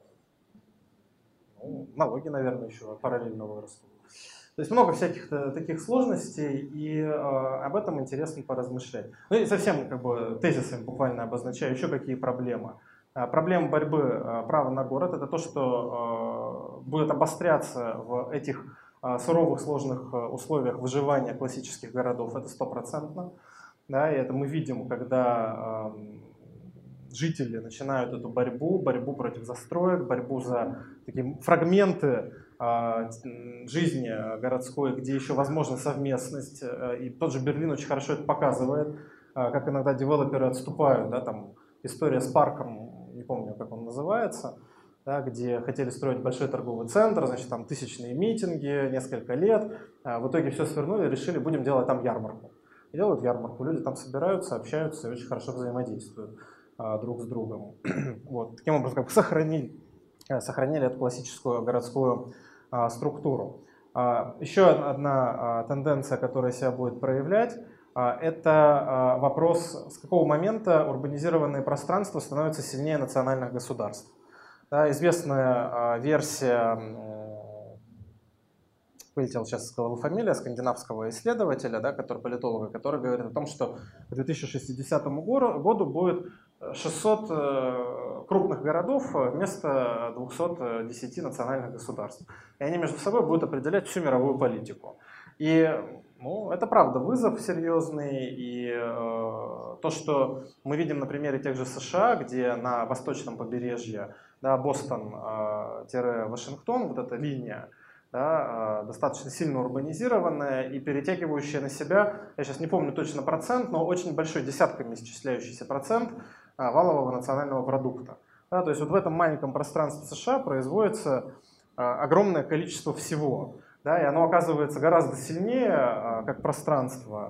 Ну, налоги, наверное, еще параллельно вырастут. То есть много всяких таких сложностей, и э, об этом интересно поразмышлять. Ну и совсем как бы тезисами буквально обозначаю еще какие проблемы. Проблема борьбы права на город — это то, что будет обостряться в этих суровых, сложных условиях выживания классических городов. Это стопроцентно. Да, и это мы видим, когда жители начинают эту борьбу, борьбу против застроек, борьбу за такие фрагменты жизни городской, где еще возможна совместность. И тот же Берлин очень хорошо это показывает, как иногда девелоперы отступают. Да, там история с парком, не помню, как он называется, да, где хотели строить большой торговый центр, значит, там тысячные митинги, несколько лет. А в итоге все свернули, решили, будем делать там ярмарку. И делают ярмарку, люди там собираются, общаются и очень хорошо взаимодействуют а, друг с другом. Вот. Таким образом, как бы сохранили, сохранили эту классическую городскую а, структуру. А, еще одна а, тенденция, которая себя будет проявлять, это вопрос, с какого момента урбанизированные пространства становятся сильнее национальных государств. Да, известная версия, вылетела сейчас из головы фамилия, скандинавского исследователя, да, который, политолога, который говорит о том, что к две тысячи шестидесятому году будет шестьсот крупных городов вместо двухсот десяти национальных государств. И они между собой будут определять всю мировую политику. И ну, это правда вызов серьезный, и э, то, что мы видим на примере тех же США, где на восточном побережье, да, Бостон-Вашингтон, э, вот эта линия, да, э, достаточно сильно урбанизированная и перетягивающая на себя, я сейчас не помню точно процент, но очень большой, десятками исчисляющийся процент э, валового национального продукта. Да, то есть вот в этом маленьком пространстве США производится э, огромное количество всего. Да, и оно оказывается гораздо сильнее, как пространство,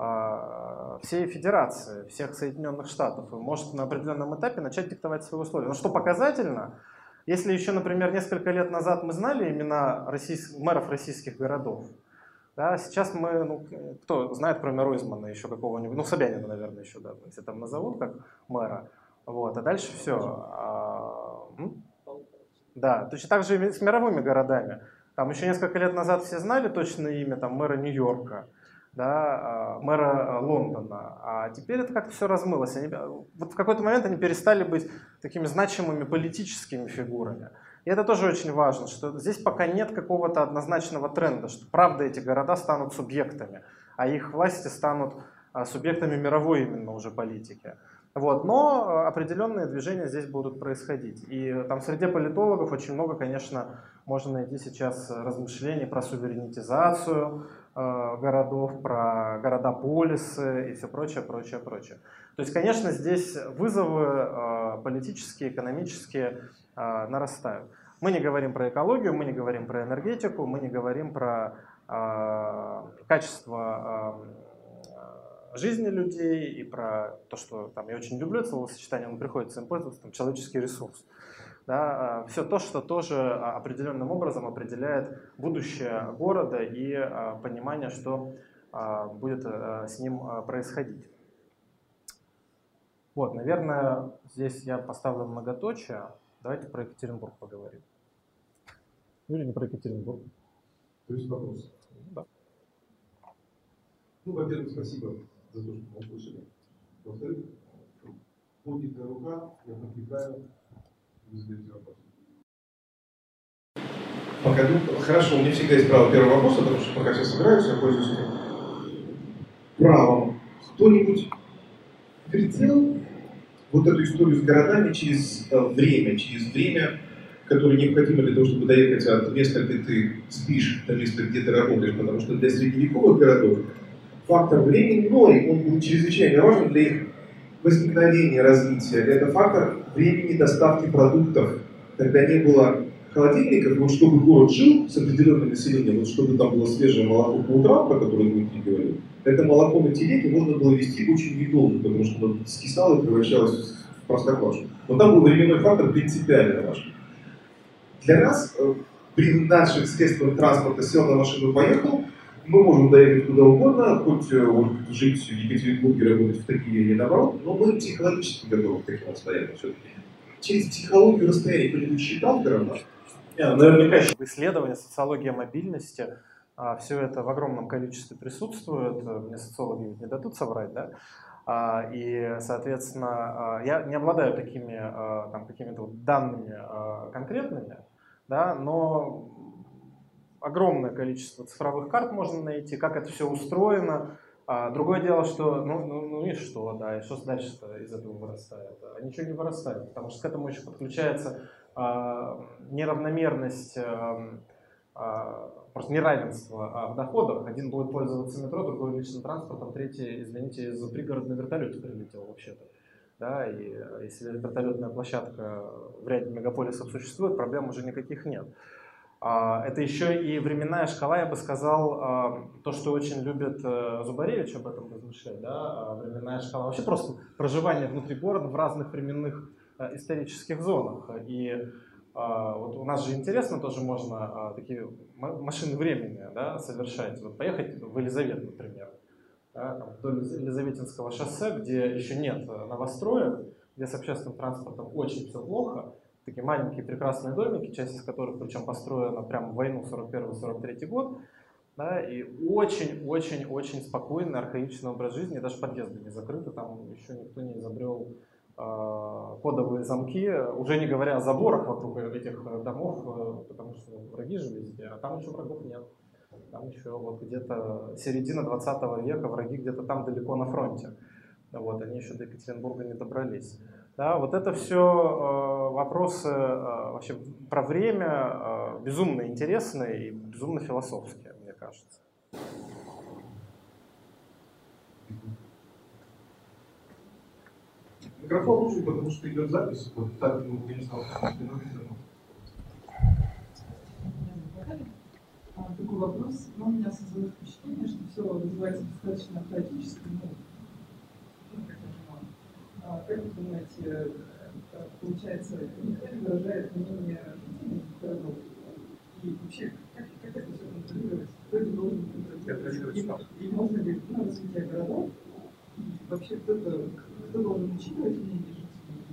всей федерации, всех Соединенных Штатов, и может на определенном этапе начать диктовать свои условия. Но что показательно, если еще, например, несколько лет назад мы знали имена российских, мэров российских городов, да, сейчас мы, ну, кто знает, кроме Ройзмана, еще какого-нибудь, ну, Собянина, наверное, еще, да, если там назовут как мэра, вот, а дальше все. А, да, точно так же и с мировыми городами. Там еще несколько лет назад все знали точное имя там, мэра Нью-Йорка, да, мэра Лондона, а теперь это как-то все размылось. Они, вот в какой-то момент они перестали быть такими значимыми политическими фигурами. И это тоже очень важно, что здесь пока нет какого-то однозначного тренда, что правда эти города станут субъектами, а их власти станут субъектами мировой именно уже политики. Вот. Но определенные движения здесь будут происходить. И там среди политологов очень много, конечно, можно найти сейчас размышлений про суверенитизацию э, городов, про города-полисы и все прочее, прочее, прочее. То есть, конечно, здесь вызовы э, политические, экономические э, нарастают. Мы не говорим про экологию, мы не говорим про энергетику, мы не говорим про э, качество э, жизни людей и про то, что там, я очень люблю это словосочетание, но приходится им пользоваться, там, человеческий ресурс. Да, все то, что тоже определенным образом определяет будущее города и понимание, что будет с ним происходить. Вот, наверное, здесь я поставлю многоточие. Давайте про Екатеринбург поговорим. Ну или не про Екатеринбург.
То есть вопрос.
Да.
Ну, во-первых, спасибо за то, что мы услышали. Во-вторых, поднятая рука, я подвигаю, вы задаете вопрос. Пока, ну, хорошо, у меня всегда есть право первого вопроса, потому что пока все собираются, я пользуюсь этим правом. Кто-нибудь вертел вот эту историю с городами через э, время, через время, которое необходимо для того, чтобы доехать от места, где ты спишь, до места, где ты работаешь, потому что для средневековых городов фактор временной, он был чрезвычайно важен для их возникновения, развития. Это фактор времени доставки продуктов. Когда не было холодильников, вот чтобы город жил с определенным населением, вот чтобы там было свежее молоко по утрам, про которое Дмитрий говорил, это молоко на телеге можно было вести очень недолго, потому что оно скисало и превращалось в простоквашу. Но там был временной фактор принципиально важен. Для нас, при наших средствах транспорта, сел на машину и поехал, мы можем доехать куда угодно, хоть вот, жить в Екатеринбурге, работать в Токио или наоборот, но мы психологически готовы к таким расстояниям все-таки. Через психологию расстояния кто-нибудь считал города?
Нет, наверняка исследования, социология мобильности, а, все это в огромном количестве присутствует. Мне социологи ведь не дадут соврать, да? А, и, соответственно, а, я не обладаю такими а, там, какими-то вот данными а, конкретными, да, но огромное количество цифровых карт можно найти, как это все устроено. А, другое дело, что ну, ну, ну и что, да, и что дальше-то из этого вырастает? А ничего не вырастает, потому что к этому еще подключается а, неравномерность, а, а, просто неравенство а, в доходах. Один будет пользоваться метро, другой личным транспортом, третий, извините, из пригорода на вертолете прилетел вообще-то. Да, и если вертолетная площадка в ряде мегаполисов существует, проблем уже никаких нет. Это еще и временная шкала, я бы сказал, то, что очень любит Зубаревич об этом размышлять, да, временная шкала, вообще просто проживание внутри города в разных временных исторических зонах. И вот у нас же интересно, тоже можно такие машины времени, да, совершать. Вот поехать в Елизавет, например, да, там, вдоль Елизаветинского шоссе, где еще нет новостроек, где с общественным транспортом очень все плохо. Такие маленькие прекрасные домики, часть из которых причем построена прямо в войну сорок первый сорок третий год, да, и очень-очень-очень спокойный, архаичный образ жизни, даже подъезды не закрыты, там еще никто не изобрел э, кодовые замки, уже не говоря о заборах вокруг этих домов, э, потому что враги же везде, а там еще врагов нет. Там еще вот где-то середина двадцатого века, враги где-то там далеко на фронте. Вот, они еще до Екатеринбурга не добрались. Да, вот это все э, вопросы э, вообще про время э, безумно интересные и безумно философские, мне кажется.
Микрофон нужен, потому что идет запись. Вот так, ну, я не знал, что
такой вопрос. Но у меня создалось впечатление, что все называется достаточно хаотически. Ну, ну, как я понимаю. А как вы думаете, получается, никто не выражает мнение жителей городов? И вообще, как, как это все контролировать? Кто это должен контролировать? И, и можно ли ну, развитие городов? И вообще, кто-то, кто должен учитывать мнение жителей?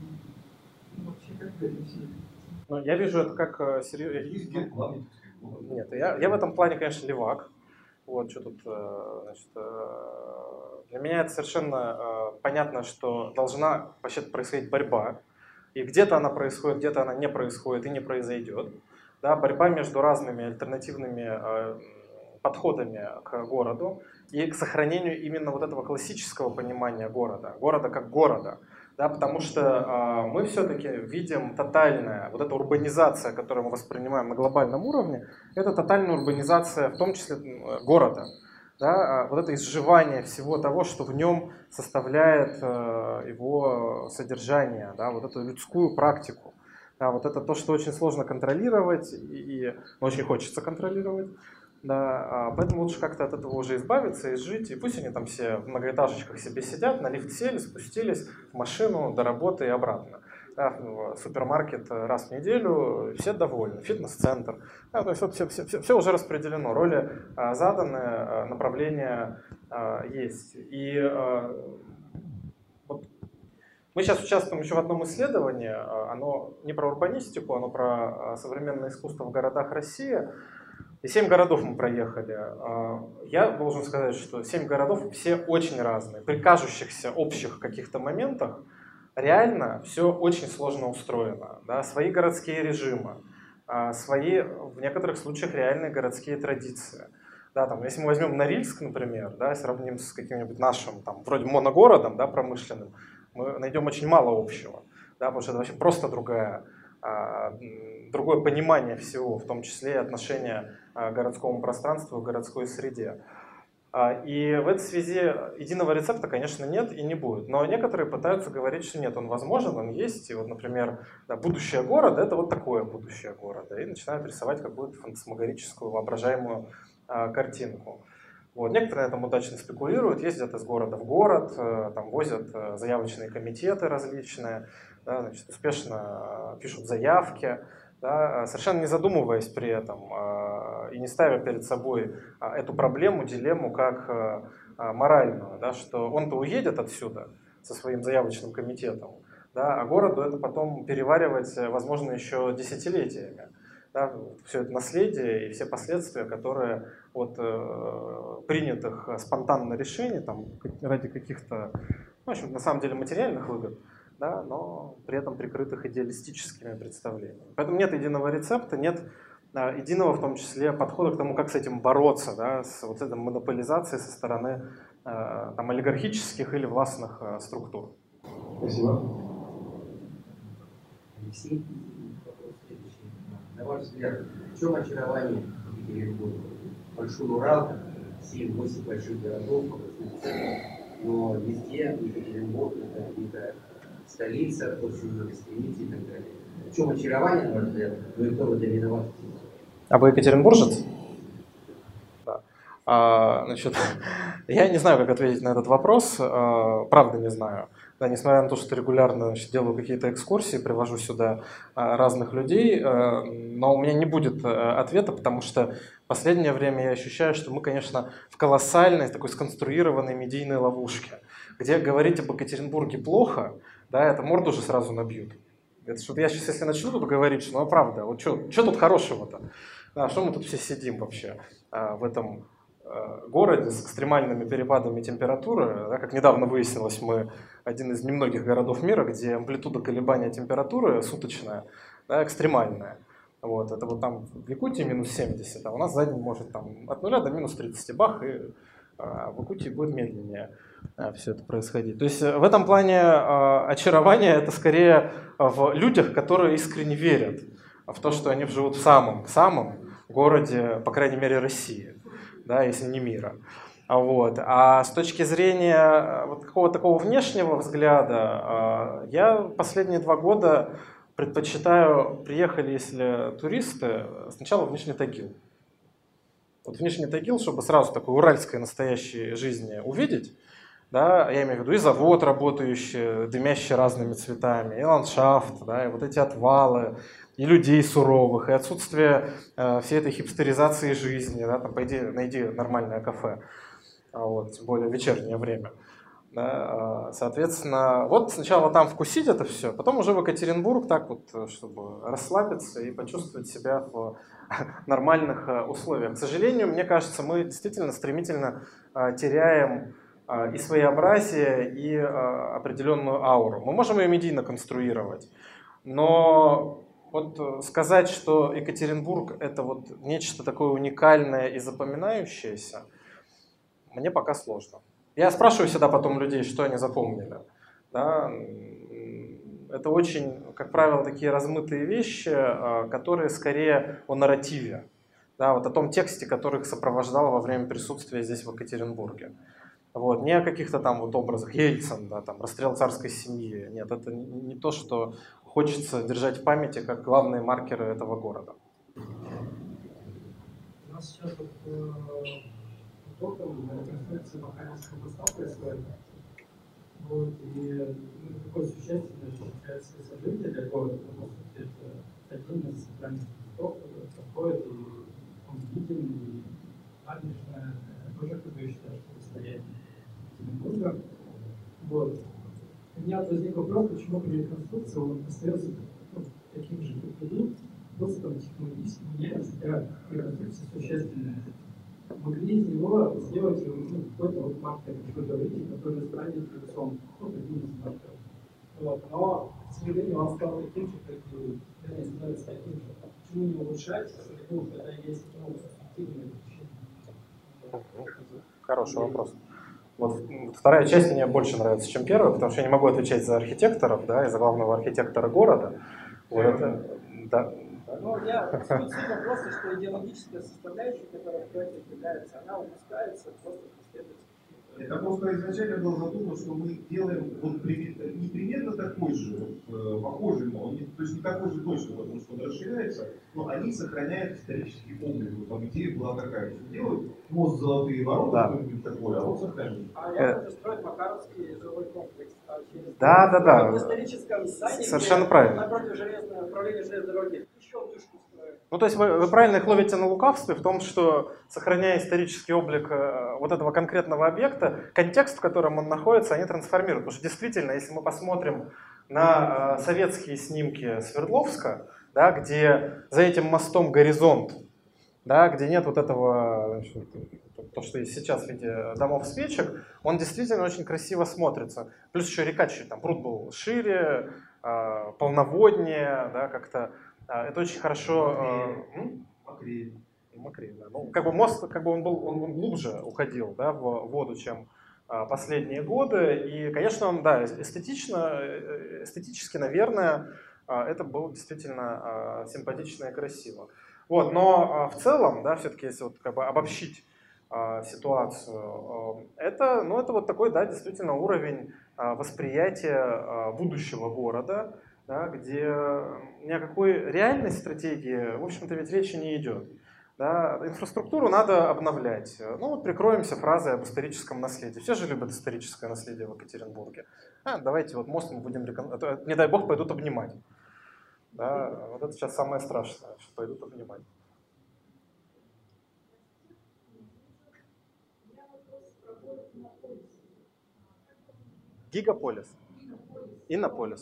И, ну, вообще, как вы это все?
Ну, я вижу это как серьезно. Нет, я, я в этом плане, конечно, левак. Вот, что тут, значит, для меня это совершенно понятно, что должна вообще-то происходить борьба. И где-то она происходит, где-то она не происходит и не произойдет. Да, борьба между разными альтернативными подходами к городу и к сохранению именно вот этого классического понимания города, города как города. Да, потому что э, мы все-таки видим тотальная, вот эта урбанизация, которую мы воспринимаем на глобальном уровне, это тотальная урбанизация, в том числе города. Да, вот это изживание всего того, что в нем составляет э, его содержание, да, вот эту людскую практику. Да, вот это то, что очень сложно контролировать и, и очень хочется контролировать. Да, поэтому лучше как-то от этого уже избавиться и жить. И пусть они там все в многоэтажечках себе сидят, на лифт сели, спустились в машину до работы и обратно. Да, в супермаркет раз в неделю, все довольны, фитнес-центр. Да, то есть вот все, все, все, все уже распределено, роли а, заданы, а, направления а, есть. И а, вот мы сейчас участвуем еще в одном исследовании, оно не про урбанистику, оно про современное искусство в городах России. И семь городов мы проехали. Я должен сказать, что семь городов все очень разные. При кажущихся общих каких-то моментах реально все очень сложно устроено. Да? Свои городские режимы, свои, в некоторых случаях, реальные городские традиции. Да, там, если мы возьмем Норильск, например, да, сравним с каким-нибудь нашим, там, вроде моногородом, да, промышленным, мы найдем очень мало общего. Да, потому что это вообще просто другая, другое понимание всего, в том числе и отношения к городскому пространству, к городской среде. И в этой связи единого рецепта, конечно, нет и не будет. Но некоторые пытаются говорить, что нет, он возможен, он есть. И вот, например, да, будущее города — это вот такое будущее города. И начинают рисовать какую-то фантасмагорическую, воображаемую а, картинку. Вот. Некоторые на этом удачно спекулируют, ездят из города в город, там, возят заявочные комитеты различные, да, значит, успешно пишут заявки. Да, совершенно не задумываясь при этом э, и не ставя перед собой э, эту проблему, дилемму как э, моральную, да, что он-то уедет отсюда со своим заявочным комитетом, да, а городу это потом переваривать, возможно, еще десятилетиями. Да, все это наследие и все последствия, которые от э, принятых спонтанно решений там, ради каких-то, ну, в общем, на самом деле материальных выгод, да, но при этом прикрытых идеалистическими представлениями. Поэтому нет единого рецепта, нет а, единого в том числе подхода к тому, как с этим бороться, да, с вот этой монополизацией со стороны а, там, олигархических или властных а, структур.
Спасибо.
Алексей, вопрос следующий. На ваш взгляд, в чем очарование Екатеринбурга? Большой Урал, семь-восемь больших городов, но везде Екатеринбург — это какие-то столица, очень много стремится и так далее. В чем очарование, на ваш взгляд, ну и кто в этом виноват?
А вы екатеринбуржец? Да. А, значит, я не знаю, как ответить на этот вопрос, а, правда не знаю. Да, несмотря на то, что регулярно, значит, делаю какие-то экскурсии, привожу сюда а, разных людей, а, но у меня не будет а, ответа, потому что в последнее время я ощущаю, что мы, конечно, в колоссальной, такой сконструированной медийной ловушке, где говорить об Екатеринбурге плохо, да, это морду уже сразу набьют. Это что я сейчас, если начну тут говорить, что ну а правда, вот что тут хорошего-то? Да, что мы тут все сидим вообще а, в этом а, городе с экстремальными перепадами температуры? Да, как недавно выяснилось, мы один из немногих городов мира, где амплитуда колебания температуры суточная, да, экстремальная. Вот, это вот там в Якутии минус семьдесят, а у нас за день может там от нуля до минус тридцати бах, и а, в Якутии будет медленнее все это происходить. То есть в этом плане э, очарование это скорее в людях, которые искренне верят в то, что они живут в самом, самом городе, по крайней мере, России, да, если не мира. Вот. А с точки зрения вот какого-то такого внешнего взгляда, э, я последние два года предпочитаю, приехали, если туристы, сначала в Нижний Тагил. Вот в Нижний Тагил, чтобы сразу такой уральской настоящей жизни увидеть, да, я имею в виду и завод работающий, дымящий разными цветами, и ландшафт, да, и вот эти отвалы, и людей суровых, и отсутствие э, всей этой хипстеризации жизни, да, там пойди, найди нормальное кафе, вот, тем более в вечернее время. Да, соответственно, вот сначала там вкусить это все, потом уже в Екатеринбург так вот, чтобы расслабиться и почувствовать себя в нормальных условиях. К сожалению, мне кажется, мы действительно стремительно теряем и своеобразие, и определенную ауру. Мы можем ее медийно конструировать, но вот сказать, что Екатеринбург это вот нечто такое уникальное и запоминающееся, мне пока сложно. Я спрашиваю всегда потом людей, что они запомнили. Да? Это очень, как правило, такие размытые вещи, которые скорее о нарративе, да, вот о том тексте, который их сопровождал во время присутствия здесь, в Екатеринбурге. Вот. Не о каких-то там вот образах Ельцин, да, там, расстрел царской семьи. Нет, это не то, что хочется держать в памяти как главные маркеры этого города.
У нас сейчас вот, потоком реконструкция Бахаревского моста происходит. Вот, и ну, такое существенное получается событие для города, потому что это один из центральных потоков, который проходит, и он виден, и набережная, тоже, как бы, я считаю, что состояние Екатеринбурга. Вот. У меня возник вопрос, почему при реконструкции он остается ну, таким же, как и был, просто там технологически меняется, хотя реконструкция существенная. Могли из него сделать ну, какой-то вот маркер, как вы говорите, который станет лицом, ну, одним из маркеров. Вот. Но, к сожалению, он стал таким же, как и вернее, становится таким же. Почему не улучшать, если когда есть ну, конструктивные причины?
Хороший вопрос. Вот вторая часть мне больше нравится, чем первая, потому что я не могу отвечать за архитекторов, да, и за главного архитектора города. Вот это, да.
Ну, я суть вопроса, что идеологическая составляющая, которая в проекте появляется, она упускается просто последовательно.
Это просто изначально было задумано, что мы делаем вот примерно, не примерно такой же, вот, похожий, но не, то есть не такой же точно, потому что он расширяется, но они сохраняют исторический облик. Вот там идея была такая, что делают мост «Золотые ворота»,
да.
Что-нибудь такое, а он сохранит.
А я хочу строить Макаровский жилой комплекс. А через
да, да, да.
В историческом здании,
совершенно правильно.
Напротив железного управления железной дороги. Еще вышку строят.
Ну, то есть вы, вы правильно их ловите на лукавстве в том, что, сохраняя исторический облик э, вот этого конкретного объекта, контекст, в котором он находится, они трансформируют. Потому что действительно, если мы посмотрим на э, советские снимки Свердловска, да, где за этим мостом горизонт, да, где нет вот этого, значит, то, что есть сейчас в виде домов свечек, он действительно очень красиво смотрится. Плюс еще река чуть, там пруд был шире, э, полноводнее, да, как-то. Это очень хорошо.
Мокрее.
Мокрее, да. Ну, как бы мост, как бы он был, он, он глубже уходил, да, в воду, чем а, последние годы. И, конечно, он, да, эстетично, эстетически, наверное, а, это было действительно а, симпатично и красиво. Вот, но а, в целом, да, все-таки, если вот как бы обобщить а, ситуацию, а, это, ну, это вот такой, да, действительно уровень а, восприятия а, будущего города. Да, где ни о какой реальной стратегии, в общем-то, ведь речи не идет. Да, инфраструктуру надо обновлять. Ну вот прикроемся фразой об историческом наследии. Все же любят историческое наследие в Екатеринбурге. А, давайте вот мост мы будем, рекон... не дай бог, пойдут обнимать. Да, вот это сейчас самое страшное, что пойдут обнимать. Гигаполис. Иннополис.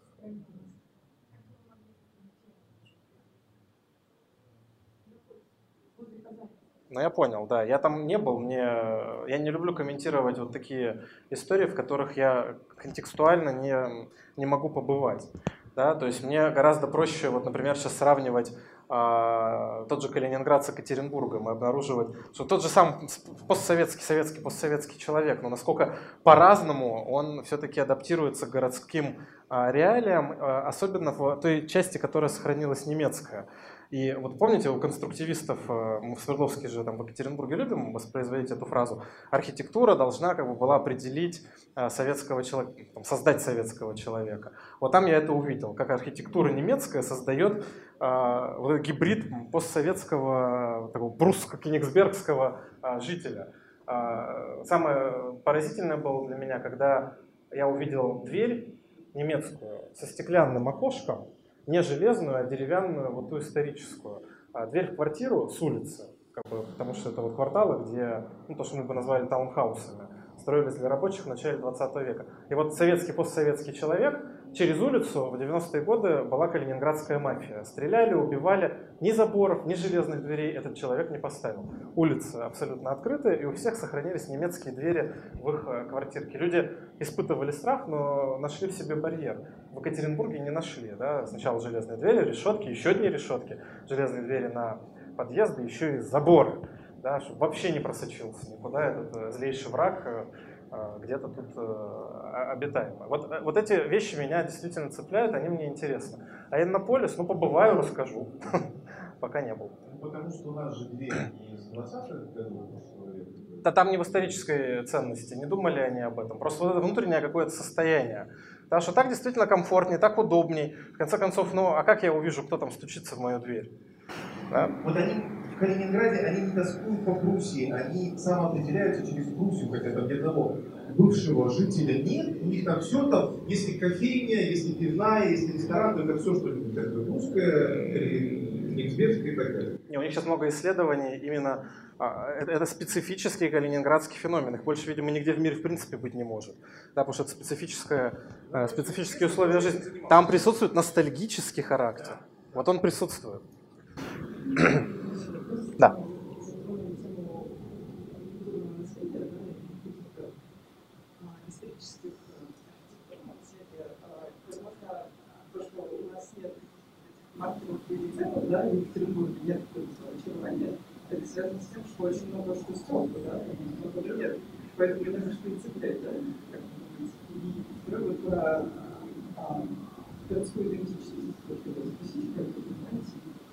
Ну, я понял, да. Я там не был, мне... я не люблю комментировать вот такие истории, в которых я контекстуально не, не могу побывать. Да? То есть мне гораздо проще, вот, например, сейчас сравнивать а, тот же Калининград с Екатеринбургом и обнаруживать, что тот же сам постсоветский, советский, постсоветский человек, но насколько по-разному он все-таки адаптируется к городским а, реалиям, а, особенно в той части, которая сохранилась немецкая. И вот помните, у конструктивистов, мы в Свердловске же, там, в Екатеринбурге любим воспроизводить эту фразу, архитектура должна как бы была определить советского человека, создать советского человека. Вот там я это увидел, как архитектура немецкая создает вот этот гибрид постсоветского, такого прусско-кенигсбергского жителя. Самое поразительное было для меня, когда я увидел дверь немецкую со стеклянным окошком, не железную, а деревянную, вот ту историческую. Дверь в квартиру с улицы, как бы, потому что это вот кварталы, где, ну, то, что мы бы назвали таунхаусами, строились для рабочих в начале двадцатого века. И вот советский, постсоветский человек, через улицу в девяностые годы была калининградская мафия. Стреляли, убивали, ни заборов, ни железных дверей этот человек не поставил. Улицы абсолютно открыты, и у всех сохранились немецкие двери в их квартирке. Люди испытывали страх, но нашли в себе барьер. В Екатеринбурге не нашли. Да? Сначала железные двери, решетки, еще одни решетки, железные двери на подъезды, еще и заборы. Да, чтобы вообще не просочился никуда этот злейший враг где-то тут обитаемый. Вот, вот эти вещи меня действительно цепляют, они мне интересны. А Иннополис, ну побываю, расскажу. Пока не был.
Потому что у нас же дверь из двадцатых годов.
Да там не в исторической ценности, не думали они об этом. Просто вот это внутреннее какое-то состояние. Потому что так действительно комфортнее, так удобней. В конце концов, ну а как я увижу, кто там стучится в мою дверь? Да?
Вот они в Калининграде, они не тоскуют по Пруссии, они самоопределяются через Пруссию, хотя там ни одного бывшего жителя нет, у них там все там, если кофейня, если пивная, если ресторан, то это все что-нибудь такое русское, кенигсбергское и так далее.
Не, у них сейчас много исследований, именно а, это, это специфический калининградский феномен, их больше, видимо, нигде в мире в принципе быть не может, да, потому что это специфическое, э, специфические условия жизни. Там присутствует ностальгический характер, вот он присутствует. Да.
Маркетинг приоритетов, да, и в Екатеринбурге нет такого очарования. Это связано с тем, что очень много что строго, да, и много примеров. Поэтому мне кажется, что и цепляет, да, как и второе, вот про а, городскую идентичность, это специфика, это понимаете.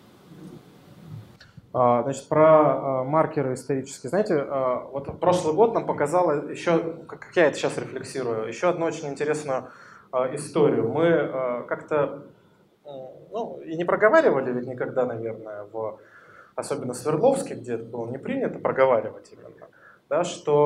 Значит, про маркеры исторические. Знаете, вот прошлый год нам показало еще, как я это сейчас рефлексирую, еще одну очень интересную историю. Мы как-то, ну, и не проговаривали ведь никогда, наверное, в, особенно в Свердловске, где это было не принято проговаривать именно, да,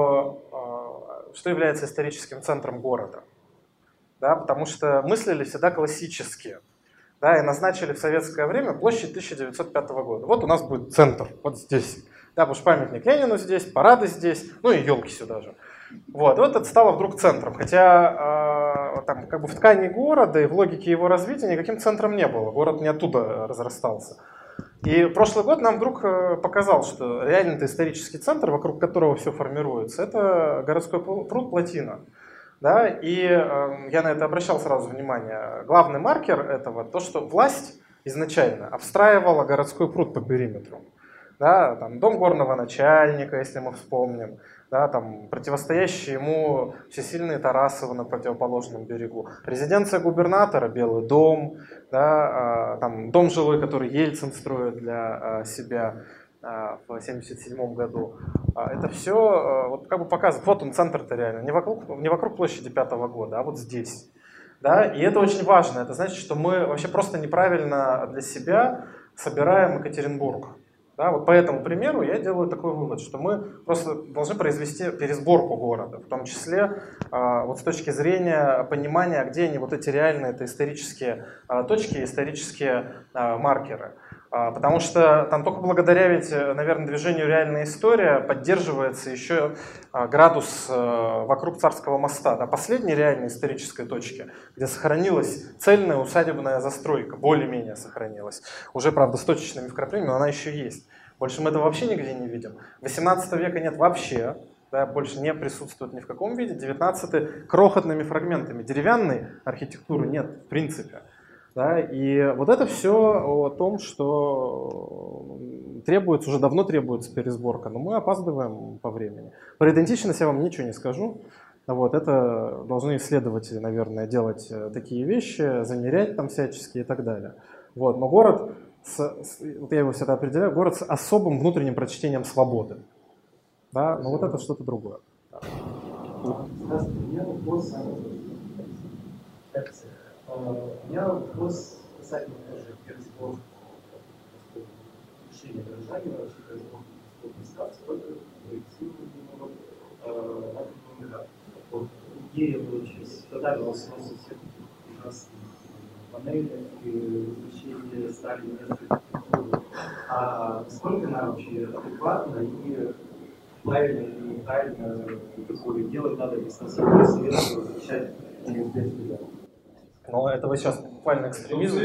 что, что является историческим центром города. Да, потому что мыслили всегда классически. Да, и назначили в советское время площадь тысяча девятьсот пятого года. Вот у нас будет центр, вот здесь. Да, потому что памятник Ленину здесь, парады здесь, ну и елки сюда же. Вот, вот это стало вдруг центром. Хотя э, там, как бы в ткани города и в логике его развития никаким центром не было. Город не оттуда разрастался. И прошлый год нам вдруг показал, что реально это исторический центр, вокруг которого все формируется. Это городской пруд Плотина. Да, и э, я на это обращал сразу внимание. Главный маркер этого то, что власть изначально обстраивала городской пруд по периметру. Да, там, дом горного начальника, если мы вспомним, да, там, противостоящие ему всесильные Тарасовы на противоположном берегу, резиденция губернатора, Белый дом, да, э, там, дом жилой, который Ельцин строит для э, себя в семьдесят седьмом году. Это все вот как бы показывает, вот он центр-то реально, не вокруг, не вокруг площади пятого года, а вот здесь. Да? И это очень важно, это значит, что мы вообще просто неправильно для себя собираем Екатеринбург. Да? Вот по этому примеру я делаю такой вывод, что мы просто должны произвести пересборку города, в том числе вот с точки зрения понимания, где они вот эти реальные, это исторические точки, исторические маркеры. Потому что там только благодаря ведь, наверное, движению «Реальная история» поддерживается еще градус вокруг Царского моста, да, последней реальной исторической точки, где сохранилась цельная усадебная застройка, более-менее сохранилась. Уже, правда, с точечными вкраплениями, но она еще есть. Больше мы этого вообще нигде не видим. восемнадцатого века нет вообще, да, больше не присутствует ни в каком виде. девятнадцатый крохотными фрагментами. Деревянной архитектуры нет в принципе. Да, и вот это все о том, что требуется, уже давно требуется пересборка, но мы опаздываем по времени. Про идентичность я вам ничего не скажу. Вот, это должны исследователи, наверное, делать такие вещи, замерять там всячески и так далее. Вот, но город, с, с, вот я его всегда определяю, город с особым внутренним прочтением свободы. Да, но вот это что-то другое.
Здравствуйте, у меня вопрос. У меня вопрос касательно тоже пересборки. решение дорожания, рассчитывая сколько ставки, сколько проектирования, вот идея получилась тотального сноса всех ужасных панелей и размещения стали несколько. А насколько она вообще адекватна и правильно или неправильно такое делать надо без насилия, советую размещать через пять миллионов.
Но это вы сейчас буквально экстремизм.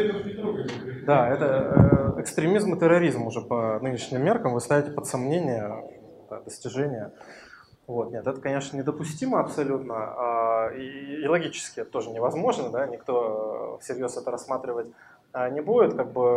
Да, это э, экстремизм и терроризм уже по нынешним меркам. Вы ставите под сомнение да, достижения. Вот, нет, это, конечно, недопустимо абсолютно. А, и, и логически это тоже невозможно. Да? Никто всерьез это рассматривать а, не будет. Как бы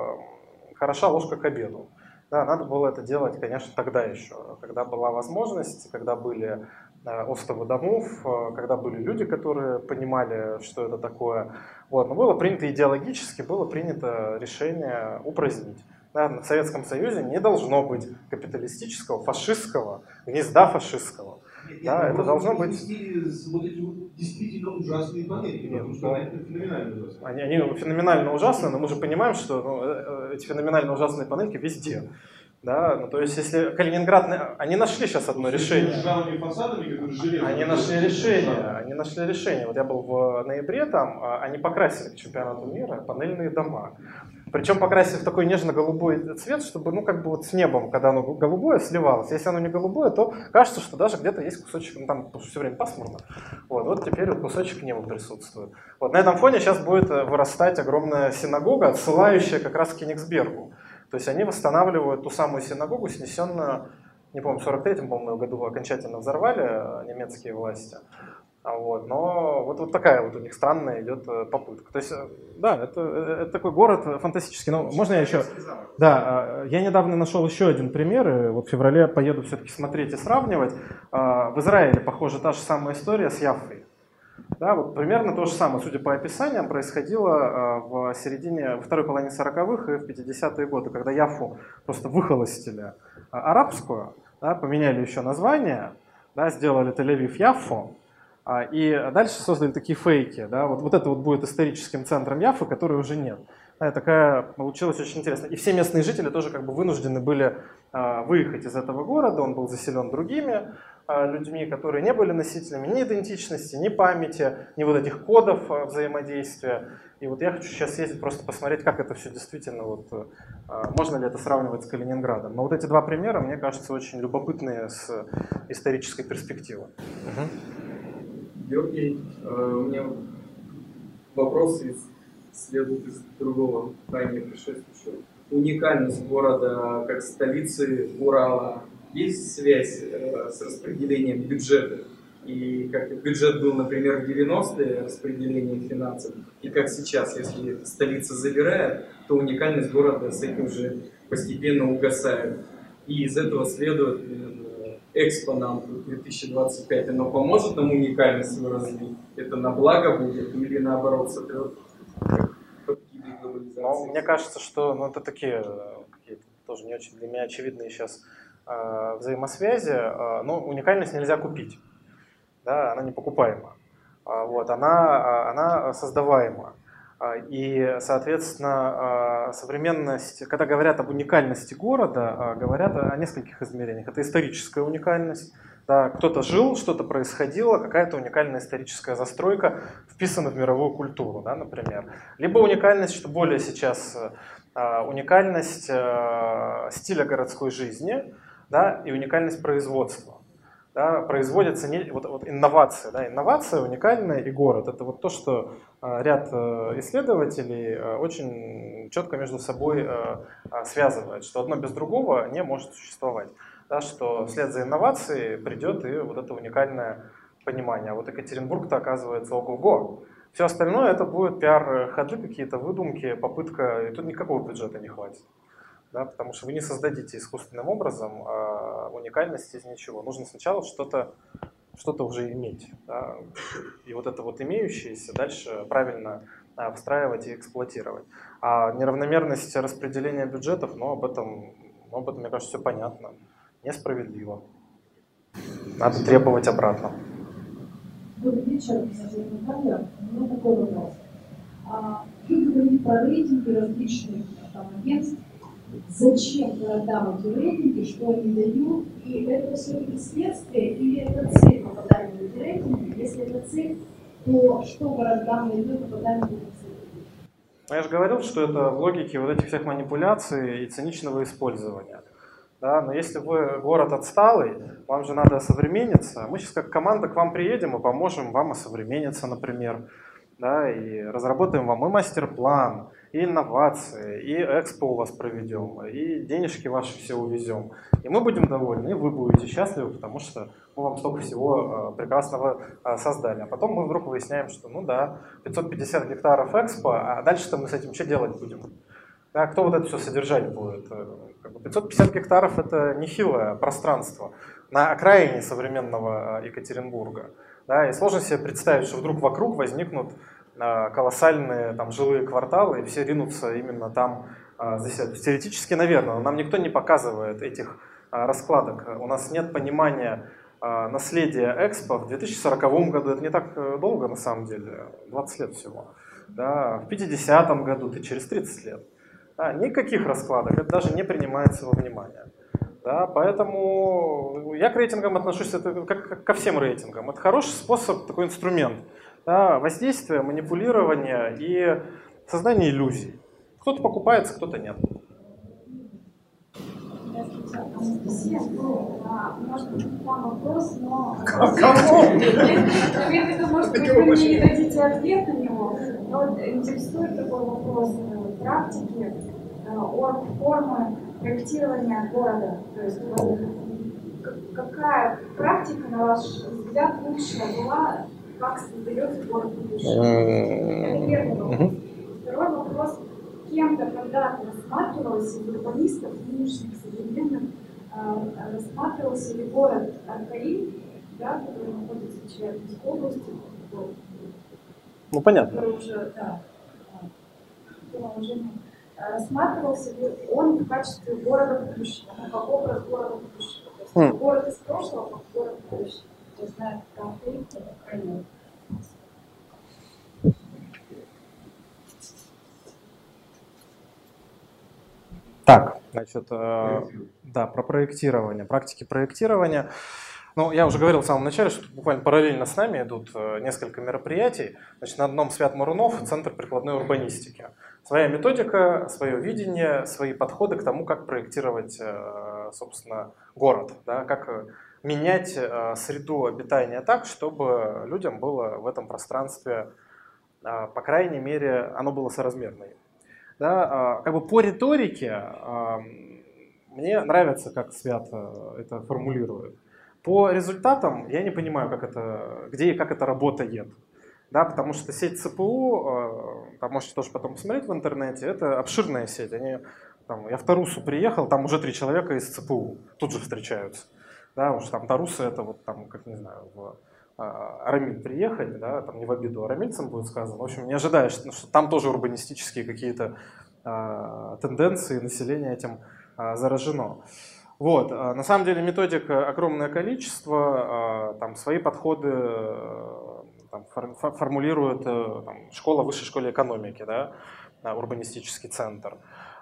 э, хороша ложка к обеду. Да, надо было это делать, конечно, тогда еще, когда была возможность, когда были э, остовы домов, э, когда были люди, которые понимали, что это такое. Вот. Но было принято идеологически, было принято решение упразднить. Да, в Советском Союзе не должно быть капиталистического, фашистского, гнезда фашистского.
Нет,
да,
нет,
это должно быть...
Вот эти вот действительно ужасные панели, потому что они феноменально ужасные.
Они, они феноменально ужасные, но мы же понимаем, что ну, эти феноменально ужасные панельки везде. Да, ну, то есть, если Калининград... Они нашли сейчас одно решение.
Фасадами,
они нашли решение. Они нашли решение. Вот я был в ноябре там, они покрасили к чемпионату мира панельные дома. Причем покрасили в такой нежно-голубой цвет, чтобы, ну, как бы вот с небом, когда оно голубое, сливалось. Если оно не голубое, то кажется, что даже где-то есть кусочек, ну, там все время пасмурно. Вот, вот теперь вот кусочек неба присутствует. Вот на этом фоне сейчас будет вырастать огромная синагога, отсылающая как раз к Кенигсбергу. То есть они восстанавливают ту самую синагогу, снесенную, не помню, в сорок третьем, по-моему, году окончательно взорвали немецкие власти. Вот, но вот, вот такая вот у них странная идет попытка. То есть, да, это, это такой город фантастический. Но можно я еще... Да, я недавно нашел еще один пример, и вот в феврале поеду все-таки смотреть и сравнивать. В Израиле, похоже, та же самая история с Яффой. Да, вот примерно то же самое, судя по описаниям, происходило в середине, во второй половине сороковых и в пятидесятые годы, когда Яффу просто выхолостили арабскую, да, поменяли еще название, да, сделали Тель-Авив Яффу, и дальше создали такие фейки. Да, вот, вот это вот будет историческим центром Яффы, которой уже нет. Да, такая получилась очень интересно. И все местные жители тоже как бы вынуждены были а, выехать из этого города, он был заселен другими а, людьми, которые не были носителями ни идентичности, ни памяти, ни вот этих кодов а, взаимодействия. И вот я хочу сейчас съездить просто посмотреть, как это все действительно, вот, а, можно ли это сравнивать с Калининградом. Но вот эти два примера, мне кажется, очень любопытные с исторической перспективы. Угу.
Георгий, у меня вопрос из, следует из другого ранее предшествующего. Уникальность города как столицы Урала. Есть связь э, с распределением бюджета? И как бюджет был, например, в девяностые, распределение финансов, и как сейчас, если столица забирает, то уникальность города с этим же постепенно угасает. И из этого следует Экспо нам две тысячи двадцать пять, оно поможет нам уникальность свою развить? Это на благо будет или наоборот сотрет?
Ну, мне кажется, что ну, это такие какие-то тоже не очень для меня очевидные сейчас э, взаимосвязи. Э, но уникальность нельзя купить, да, она не покупаема. Э, вот, она, она создаваема. И, соответственно, современность, когда говорят об уникальности города, говорят о нескольких измерениях. Это историческая уникальность. Да, кто-то жил, что-то происходило, какая-то уникальная историческая застройка вписана в мировую культуру, да, например. Либо уникальность, что более сейчас, уникальность стиля городской жизни, да, и уникальность производства. Да, производятся не, вот, вот инновации. Да, инновация, уникальная и город. Это вот то, что а, ряд а, исследователей а, очень четко между собой а, а, связывает, что одно без другого не может существовать. Да, что вслед за инновацией придет и вот это уникальное понимание. А вот Екатеринбург-то оказывается ого-го. Все остальное это будет пиар-ходы, какие-то выдумки, попытка, и тут никакого бюджета не хватит. Да, потому что вы не создадите искусственным образом а, уникальность из ничего. Нужно сначала что-то что-то уже иметь. Да, и вот это вот имеющееся дальше правильно а, встраивать и эксплуатировать. А неравномерность распределения бюджетов, ну, об этом, ну, об этом, мне кажется, все понятно. Несправедливо. Надо требовать обратно.
Добрый вечер, писатель Наталья. У меня такой вопрос. Вы говорили про рейтинги различных там, агентств. зачем городам эти рейтинги, что они дают, и это все-таки следствие или это цель попадания в эти рейтинги? Если это цель, то что городам дает попадание в эти рейтинги?
Я же говорил, что это в логике вот этих всех манипуляций и циничного использования. Да, но если вы город отсталый, вам же надо осовремениться. Мы сейчас как команда к вам приедем и поможем вам осовремениться, например. Да, и разработаем вам и мастер-план, и инновации, и экспо у вас проведем, и денежки ваши все увезем. И мы будем довольны, и вы будете счастливы, потому что мы вам столько всего прекрасного создали. А потом мы вдруг выясняем, что ну да, пятьсот пятьдесят гектаров экспо, а дальше-то мы с этим что делать будем? Да, кто вот это все содержать будет? пятьсот пятьдесят гектаров – это нехилое пространство на окраине современного Екатеринбурга. Да, и сложно себе представить, что вдруг вокруг возникнут колоссальные там, жилые кварталы, и все ринутся именно там заселять. Теоретически, наверное, но нам никто не показывает этих раскладок. У нас нет понимания наследия Экспо в две тысячи сороковом году. Это не так долго, на самом деле, двадцать лет всего. Да, в пятидесятом году, ты через тридцать лет. Да, никаких раскладок, это даже не принимается во внимание. Да, поэтому я к рейтингам отношусь это как ко всем рейтингам. Это хороший способ, такой инструмент. Да, воздействие, манипулирование и создание иллюзий. Кто-то покупается, кто-то нет.
Анастасия, может быть, вам вопрос, но...
Кому?
Я думаю, может быть, вы мне не дадите ответ на него. Но вот интересует такой вопрос практики, орг-формы проектирования города. То есть какая практика, на ваш взгляд, лучшая была, как создается город будущего? Это первый вопрос. Второй вопрос. Кем-то когда-то рассматривался из урбанистов, нынешних, современных, рассматривался ли город Аркаим, да, который находится в Челябинской области,
ну, понятно.
который уже, да, уже рассматривался ли он в качестве города будущего, ну, как образ города будущего. То есть mm. город из прошлого, как город будущего. То есть, знает, как Аркаим, это Аркаим.
Так, значит, э, да, про проектирование, практики проектирования. Ну, я уже говорил в самом начале, что буквально параллельно с нами идут несколько мероприятий. Значит, на одном Свят Марунов, Центр прикладной урбанистики. Своя методика, свое видение, свои подходы к тому, как проектировать, собственно, город, да, как менять среду обитания так, чтобы людям было в этом пространстве, по крайней мере, оно было соразмерно. Да, как бы по риторике мне нравится, как Свят это формулирует. По результатам я не понимаю, как это, где и как это работает. Да, потому что сеть ЦПУ, там можете тоже потом посмотреть в интернете, это обширная сеть. Они, там, я в Тарусу приехал, там уже три человека из ЦПУ тут же встречаются. Да, уж там Тарусы это вот там, как не знаю, в Арамиль приехать, да, там не в обиду арамильцам будет сказано. В общем, не ожидаешь, что там тоже урбанистические какие-то а, тенденции, население этим а, заражено. Вот. На самом деле методик огромное количество, там свои подходы там, формулирует там, школа высшей школы экономики, да, урбанистический центр.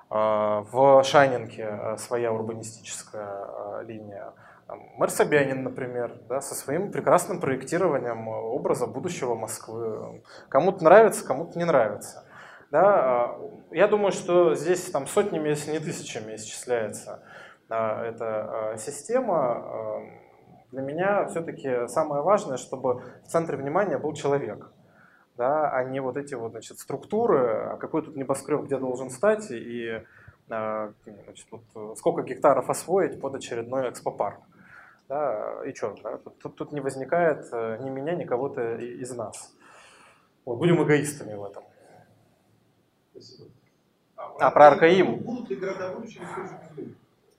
В Шанинке своя урбанистическая линия. Мэр Собянин, например, да, со своим прекрасным проектированием образа будущего Москвы. Кому-то нравится, кому-то не нравится. Да, я думаю, что здесь там, сотнями, если не тысячами исчисляется эта система. Для меня все-таки самое важное, чтобы в центре внимания был человек, да, а не вот эти вот, значит, структуры, какой тут небоскреб где должен стать и значит, вот, сколько гектаров освоить под очередной экспопарк. Да, и что, да, тут, тут не возникает ни меня, ни кого-то из нас. Вот, будем эгоистами в этом.
Спасибо.
А, а про Аркаим?
Будут ли города будущего использовать?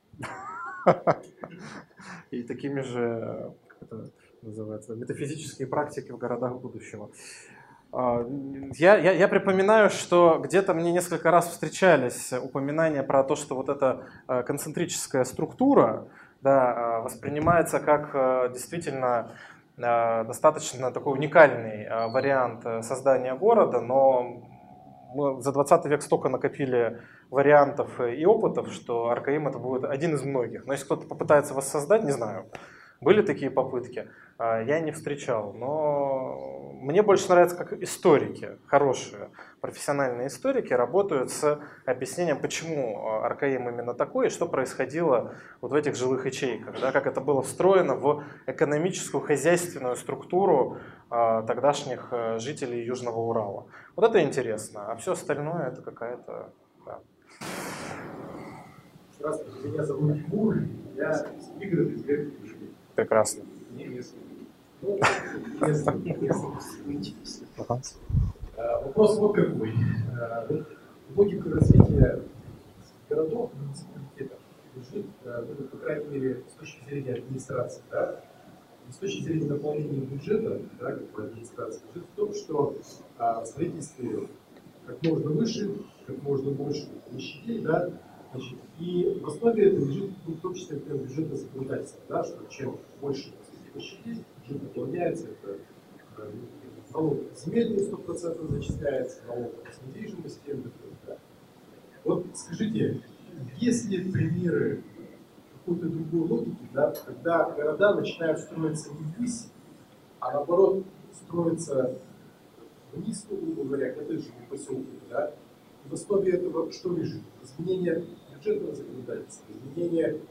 И такими же, как это называется, метафизические практики в городах будущего. Я, я, я припоминаю, что где-то мне несколько раз встречались упоминания про то, что вот эта концентрическая структура, да, воспринимается как действительно достаточно такой уникальный вариант создания города, но мы за двадцатый век столько накопили вариантов и опытов, что Аркаим это будет один из многих. Но если кто-то попытается воссоздать, не знаю, были такие попытки, я не встречал. Но мне больше нравится, как историки, хорошие профессиональные историки работают с объяснением, почему Аркаим именно такой и что происходило вот в этих жилых ячейках, да, как это было встроено в экономическую, хозяйственную структуру тогдашних жителей Южного Урала. Вот это интересно, а все остальное это какая-то... Да.
Здравствуйте, меня зовут Тимур, я из пригорода из Верхней Пушки.
Прекрасно.
Не местный. Ну, местный, местный.
Ага.
Вопрос вот какой. Вот логика развития городов, муниципалитетов лежит, ну, по крайней мере, с точки зрения администрации, да, и с точки зрения наполнения бюджета, да, как бы администрации, лежит в том, что а, в строительстве как можно выше, как можно больше площадей, да, значит, и в основе этого лежит, ну, в том числе, например, бюджетное законодательство, да, что чем больше площадей, бюджет наполняется, это э, налог земельный сто процентов зачисляется, налог с недвижимости, да. Вот скажите, есть ли примеры какой-то другой логики, да, когда города начинают строиться не ввысь, а наоборот строятся вниз, грубо говоря, коттеджными поселками, да? И в основе этого что лежит? Изменение бюджетного законодательства, изменение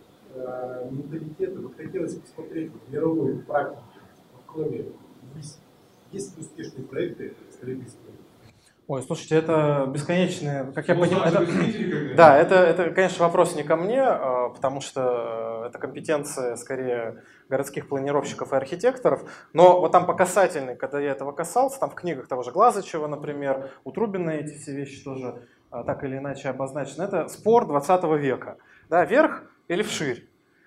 э, менталитета. Вот хотелось посмотреть вот, мировой практики, кроме ввысь. Есть ли успешные проекты строительства?
Ой, слушайте, это бесконечные, как я понимаю, это, да, это, это, конечно, вопрос не ко мне, потому что это компетенция скорее городских планировщиков и архитекторов, но вот там по касательной, когда я этого касался, там в книгах того же Глазычева, например, у Трубина эти все вещи тоже так или иначе обозначены, это спор двадцатого века, да, вверх или вширь.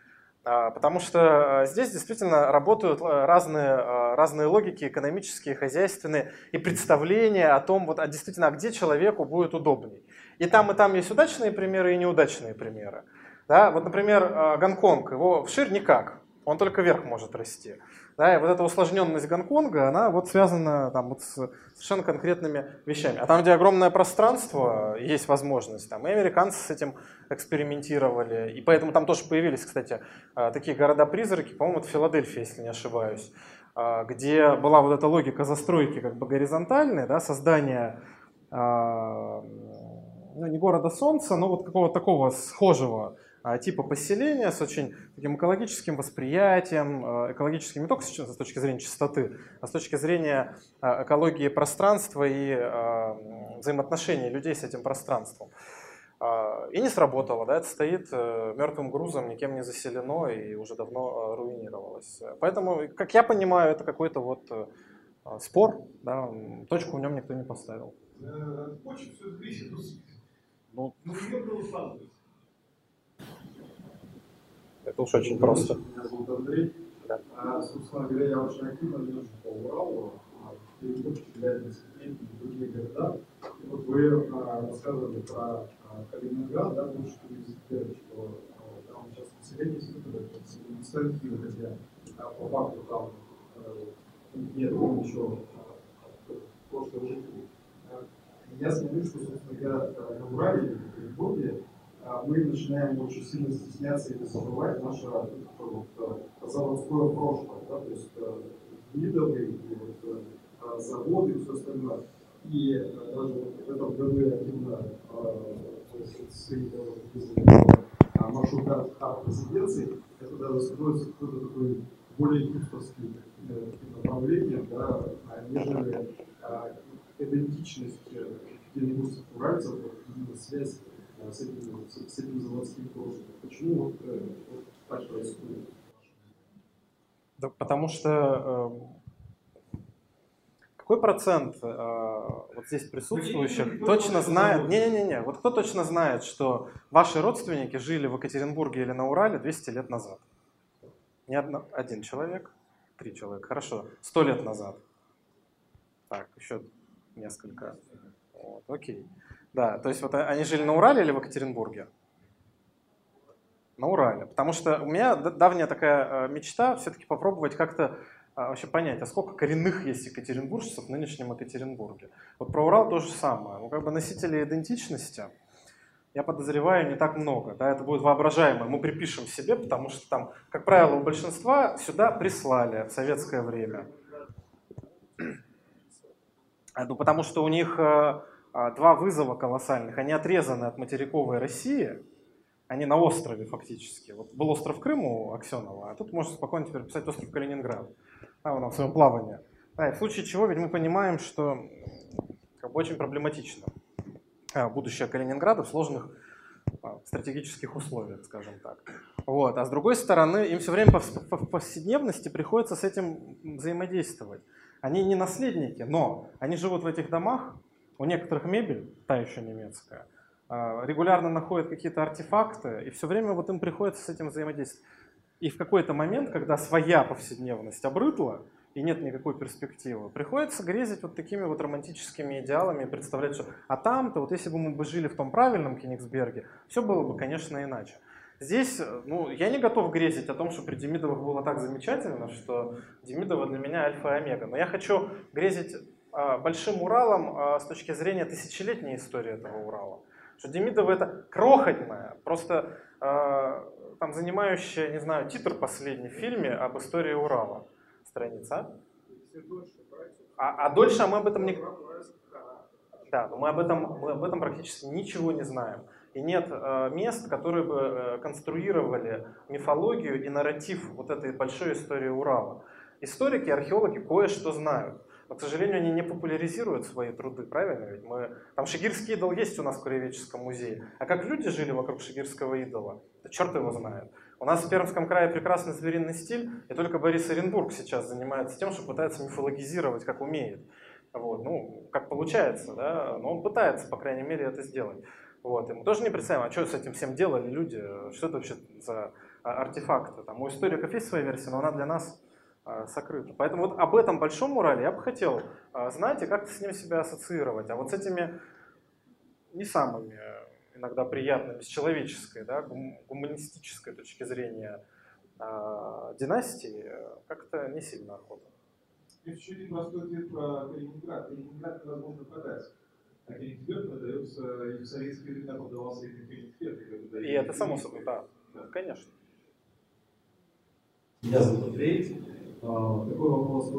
Потому что здесь действительно работают разные, разные логики, экономические, хозяйственные, и представления о том, вот, а действительно, а где человеку будет удобней. И там, и там есть удачные примеры и неудачные примеры. Да? Вот, например, Гонконг, его вширь никак, он только вверх может расти. Да? И вот эта усложненность Гонконга, она вот связана там, вот с совершенно конкретными вещами. А там, где огромное пространство, есть возможность. Там, и американцы с этим экспериментировали. И поэтому там тоже появились, кстати, такие города-призраки, по-моему, это Филадельфия, если не ошибаюсь, где была вот эта логика застройки как бы горизонтальной, да, создания ну, не города солнца, но вот какого-то такого схожего типа поселения с очень таким экологическим восприятием, экологическим не только с точки зрения чистоты, а с точки зрения экологии пространства и взаимоотношений людей с этим пространством. И не сработало, да, это стоит мертвым грузом, никем не заселено и уже давно руинировалось. Поэтому, как я понимаю, это какой-то вот спор, да, точку в нем никто не поставил.
Очень все зависит.
Ну,
ну,
это уж очень просто.
Меня зовут Андрей.
Да.
А, собственно говоря, я очень активно езжу по Уралу, в Перекопе, Челябинске и другие города. И вот вы а, рассказывали про а, Калининград, да, потому что вы сказали, что а, там сейчас население не стоит Киева, хотя а, по факту там а, нет ничего а, прошлых жителей. А, я смотрю, что, собственно говоря, на Урале, в Петербурге, мы начинаем очень сильно стесняться или забывать наше вот, заводское прошлое, да, то есть видовые вот, заводы и все остальное. И даже вот в этом году я активно маршрут арт резиденции, это даже строится какой-то такой более гипсовский направление, да, нежели идентичность где-нибудь уральцев, именно связь С этим, с этим заводским прошлым. Почему вот, вот так происходит?
Да, потому что э, какой процент э, вот здесь присутствующих точно знает, не-не-не, вот кто точно знает, что ваши родственники жили в Екатеринбурге или на Урале двести лет назад? Не одно, один человек, три человека, хорошо, сто лет назад. Так, еще несколько. Вот, окей. Да, то есть вот они жили на Урале или в Екатеринбурге? На Урале. Потому что у меня давняя такая мечта все-таки попробовать как-то вообще понять, а сколько коренных есть екатеринбуржцев в нынешнем Екатеринбурге. Вот про Урал то же самое. Ну, как бы носители идентичности, я подозреваю, не так много. Да, это будет воображаемое, мы припишем себе, потому что там, как правило, у большинства сюда прислали в советское время. Ну, потому что у них э, два вызова колоссальных. Они отрезаны от материковой России, они на острове фактически. Вот был остров Крым у Аксенова, а тут можно спокойно теперь писать остров Калининград. Да, он в своем плавании. Да, и в случае чего ведь мы понимаем, что как бы, очень проблематично будущее Калининграда в сложных стратегических условиях, скажем так. Вот. А с другой стороны, им все время в повседневности приходится с этим взаимодействовать. Они не наследники, но они живут в этих домах, у некоторых мебель, та еще немецкая, регулярно находят какие-то артефакты, и все время вот им приходится с этим взаимодействовать. И в какой-то момент, когда своя повседневность обрыдла, и нет никакой перспективы, приходится грезить вот такими вот романтическими идеалами и представлять, что а там-то, вот если бы мы бы жили в том правильном Кенигсберге, все было бы, конечно, иначе. Здесь, ну, я не готов грезить о том, что при Демидовых было так замечательно, что Демидова для меня альфа и омега. Но я хочу грезить а, большим Уралом а, с точки зрения тысячелетней истории этого Урала. Что Демидова это крохотная, просто а, там занимающая, не знаю, титр последний в фильме об истории Урала. Страница. А, а дольше мы об этом не... Да, но мы об этом, мы об этом практически ничего не знаем. И нет э, мест, которые бы э, конструировали мифологию и нарратив вот этой большой истории Урала. Историки, археологи кое-что знают. Но, к сожалению, они не популяризируют свои труды, правильно? Ведь мы... Там шигирский идол есть у нас в Краеведческом музее. А как люди жили вокруг шигирского идола, да черт его знает. У нас в Пермском крае прекрасный звериный стиль, и только Борис Оренбург сейчас занимается тем, что пытается мифологизировать, как умеет. Вот. Ну, как получается, да? Но он пытается, по крайней мере, это сделать. Вот. И мы тоже не представляем, а что с этим всем делали люди, что это вообще за артефакты. Там у историков есть своя версия, но она для нас а, сокрыта. Поэтому вот об этом большом Урале я бы хотел а, знать и как-то с ним себя ассоциировать. А вот с этими не самыми иногда приятными, с человеческой, да, гуманистической точки зрения а, династии, как-то не сильно охота.
Есть еще один простой ответ про Калининград. Калининград невозможно продать. А Кенигсберг продается, и в советские времена продавался именно Кенигсберг.
И это само собой, да, да, конечно.
Меня зовут Андрей. А, такой вопрос.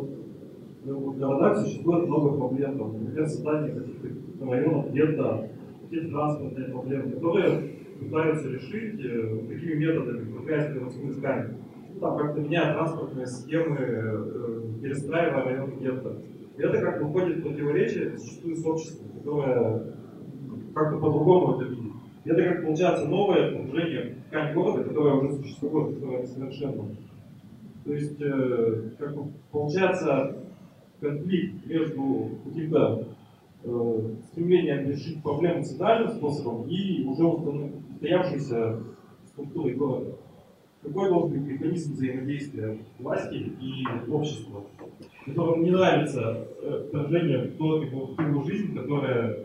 В городах существует много проблем. Например, создание каких-то районов, где-то какие-то транспортные проблемы, которые пытаются решить э, такими методами, препятствия войсками. Ну, там как-то меняя транспортные схемы, э, перестраивая районы гетто. И это как выходит в противоречие зачастую с обществом, которое как-то по-другому это видит. И это как получается новое окружение ткань города, которое уже существует, которое несовершенно. То есть, э, как бы получается конфликт между каким-то э, стремлением решить проблему социальным способом и уже устоявшейся структурой города. Какой должен быть механизм взаимодействия власти и общества, которому не нравится вторжение в ту жизнь, которая,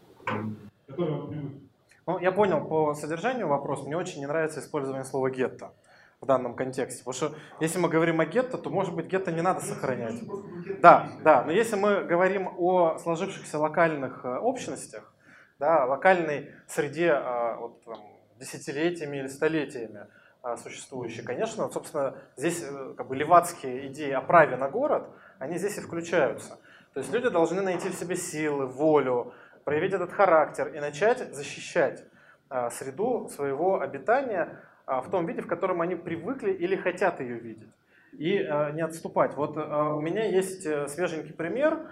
которая он привык.
Ну, я понял по содержанию вопрос. Мне очень не нравится использование слова «гетто» в данном контексте. Потому что если мы говорим о гетто, то, может быть, гетто не надо сохранять. Да, да, но если мы говорим о сложившихся локальных общностях, да, локальной среде вот, там, десятилетиями или столетиями существующей, конечно, вот, собственно, здесь как бы левацкие идеи о праве на город, они здесь и включаются. То есть люди должны найти в себе силы, волю, проявить этот характер и начать защищать а, среду своего обитания а, в том виде, в котором они привыкли или хотят ее видеть. И а, не отступать. Вот а, у меня есть свеженький пример.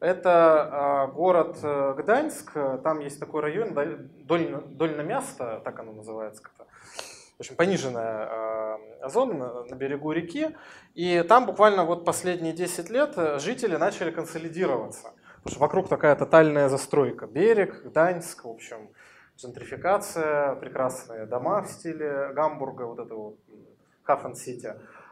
Это а, город Гданьск. Там есть такой район, Дольно, Дольномясто, так оно называется как-то. В общем, пониженная э, зона на, на берегу реки. И там буквально вот последние десять лет жители начали консолидироваться. Потому что вокруг такая тотальная застройка. Берег, Гданьск, в общем, джентрификация, прекрасные дома в стиле Гамбурга, вот это вот Хафен-Сити.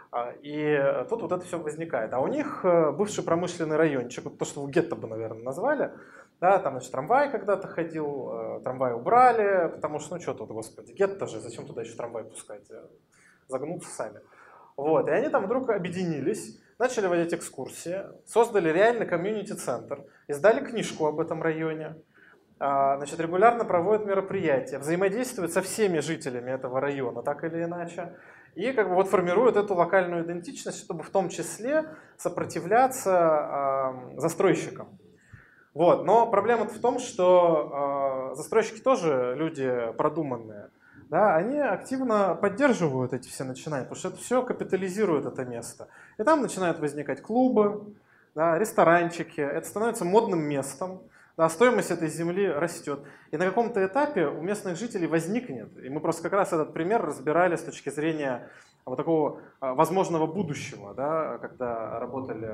И тут вот это все возникает. А у них бывший промышленный райончик, вот то, что вы гетто бы, наверное, назвали. Да, там, значит, трамвай когда-то ходил, трамвай убрали, потому что, ну что тут, господи, гетто же, зачем туда еще трамвай пускать, загнутся сами. Вот, и они там вдруг объединились, начали водить экскурсии, создали реальный комьюнити-центр, издали книжку об этом районе, значит, регулярно проводят мероприятия, взаимодействуют со всеми жителями этого района, так или иначе, и как бы вот формируют эту локальную идентичность, чтобы в том числе сопротивляться э, застройщикам. Вот. Но проблема в том, что э, застройщики тоже люди продуманные. Да, они активно поддерживают эти все начинания, потому что это все капитализирует это место. И там начинают возникать клубы, да, ресторанчики, это становится модным местом, да, стоимость этой земли растет. И на каком-то этапе у местных жителей возникнет, и мы просто как раз этот пример разбирали с точки зрения вот такого возможного будущего, да, когда работали,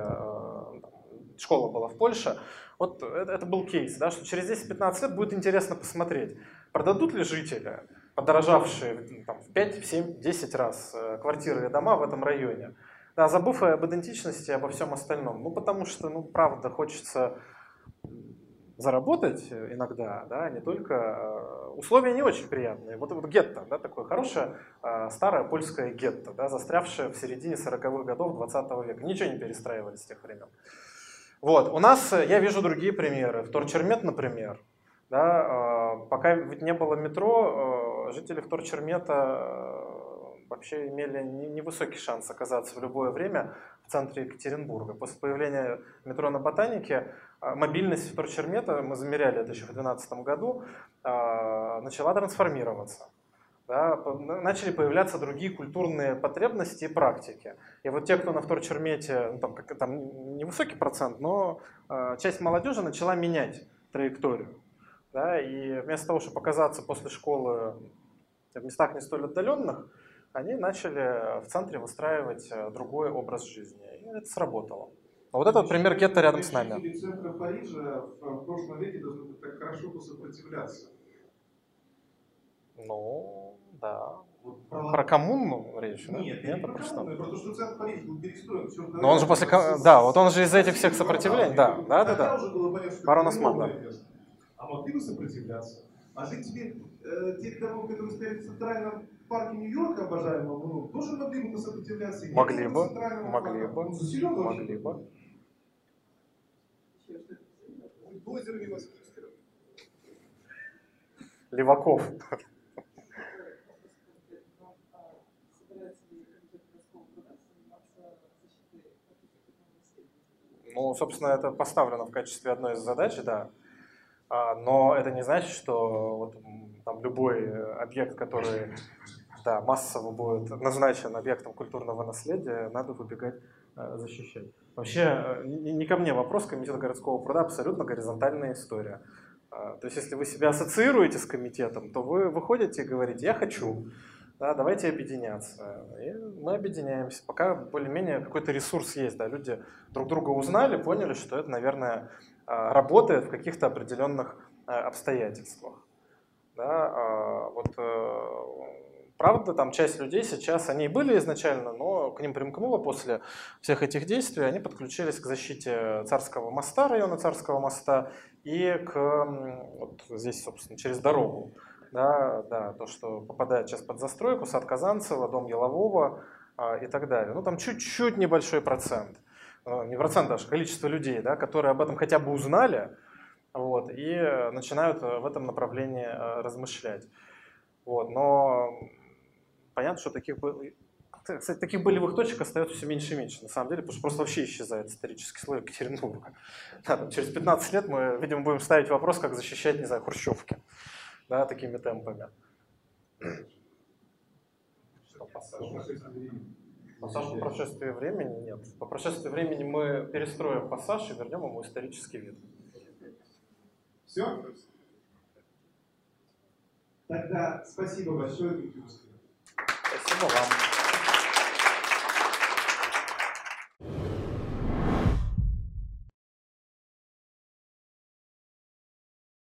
школа была в Польше. Вот это, это был кейс, да, что через десять-пятнадцать лет будет интересно посмотреть, продадут ли жители, подорожавшие там, в пять, семь, десять раз квартиры и дома в этом районе, да, забыв об идентичности и обо всем остальном. Ну, потому что, ну, правда, хочется заработать иногда, да, не только... Условия не очень приятные. Вот, вот гетто, да, такое хорошее старое польское гетто, да, застрявшее в середине сороковых годов двадцатого века. Ничего не перестраивали с тех времен. Вот. У нас, я вижу другие примеры. Вторчермет, например. Да, пока ведь не было метро, жители Вторчермета вообще имели невысокий шанс оказаться в любое время в центре Екатеринбурга. После появления метро на Ботанике мобильность Вторчермета, мы замеряли это еще в две тысячи двенадцатом году, начала трансформироваться. Да, начали появляться другие культурные потребности и практики. И вот те, кто на Вторчермете, ну, там, как, там невысокий процент, но часть молодежи начала менять траекторию. Да, и вместо того, чтобы оказаться после школы в местах не столь отдаленных, они начали в центре выстраивать другой образ жизни. И это сработало. А вот этот пример гетто рядом с нами.
Жители центра Парижа в прошлом веке должны быть так хорошо сопротивляться.
Ну, да.
Вот
про, про коммуну речь?
Нет,
да?
не про коммуну, потому что центр Парижа был перестроен. Все
Но он же после... Да, вот он же из этих всех сопротивлений. Да, да, да. да. Барон Осман, да.
А могли бы сопротивляться? А жители э, тех домов, которые стоят в центральном парке Нью-Йорка, обожаемого, ну, тоже могли бы сопротивляться?
Могли бы, могли бы, могли бы. Леваков. Ну, собственно, это поставлено в качестве одной из задач, да. Но это не значит, что вот, там, любой объект, который да, массово будет назначен объектом культурного наследия, надо выбегать э, защищать. Вообще, не, не ко мне вопрос, комитет городского пруда абсолютно горизонтальная история. А, то есть, если вы себя ассоциируете с комитетом, то вы выходите и говорите, я хочу, да, давайте объединяться. И мы объединяемся, пока более-менее какой-то ресурс есть. Да, люди друг друга узнали, поняли, что это, наверное, работает в каких-то определенных обстоятельствах. Да, вот, правда, там часть людей сейчас, они и были изначально, но к ним примкнуло после всех этих действий, они подключились к защите Царского моста, района Царского моста, и к, вот здесь, собственно, через дорогу. Да, да, то, что попадает сейчас под застройку, сад Казанцева, дом Елового и так далее. Ну, там чуть-чуть небольшой процент. Не процент даже, количество людей, да, которые об этом хотя бы узнали, вот, и начинают в этом направлении размышлять. Вот, но понятно, что таких, кстати, таких болевых точек остается все меньше и меньше, на самом деле, потому что просто вообще исчезает исторический слой Екатеринбурга. Да, там, через пятнадцать лет мы, видимо, будем ставить вопрос, как защищать, не знаю, хрущевки, да, такими темпами. Что, пассаж? Пассаж по прошествии времени нет. По прошествии времени мы перестроим пассаж и вернем ему исторический вид.
Все? Тогда спасибо большое.
Спасибо вам.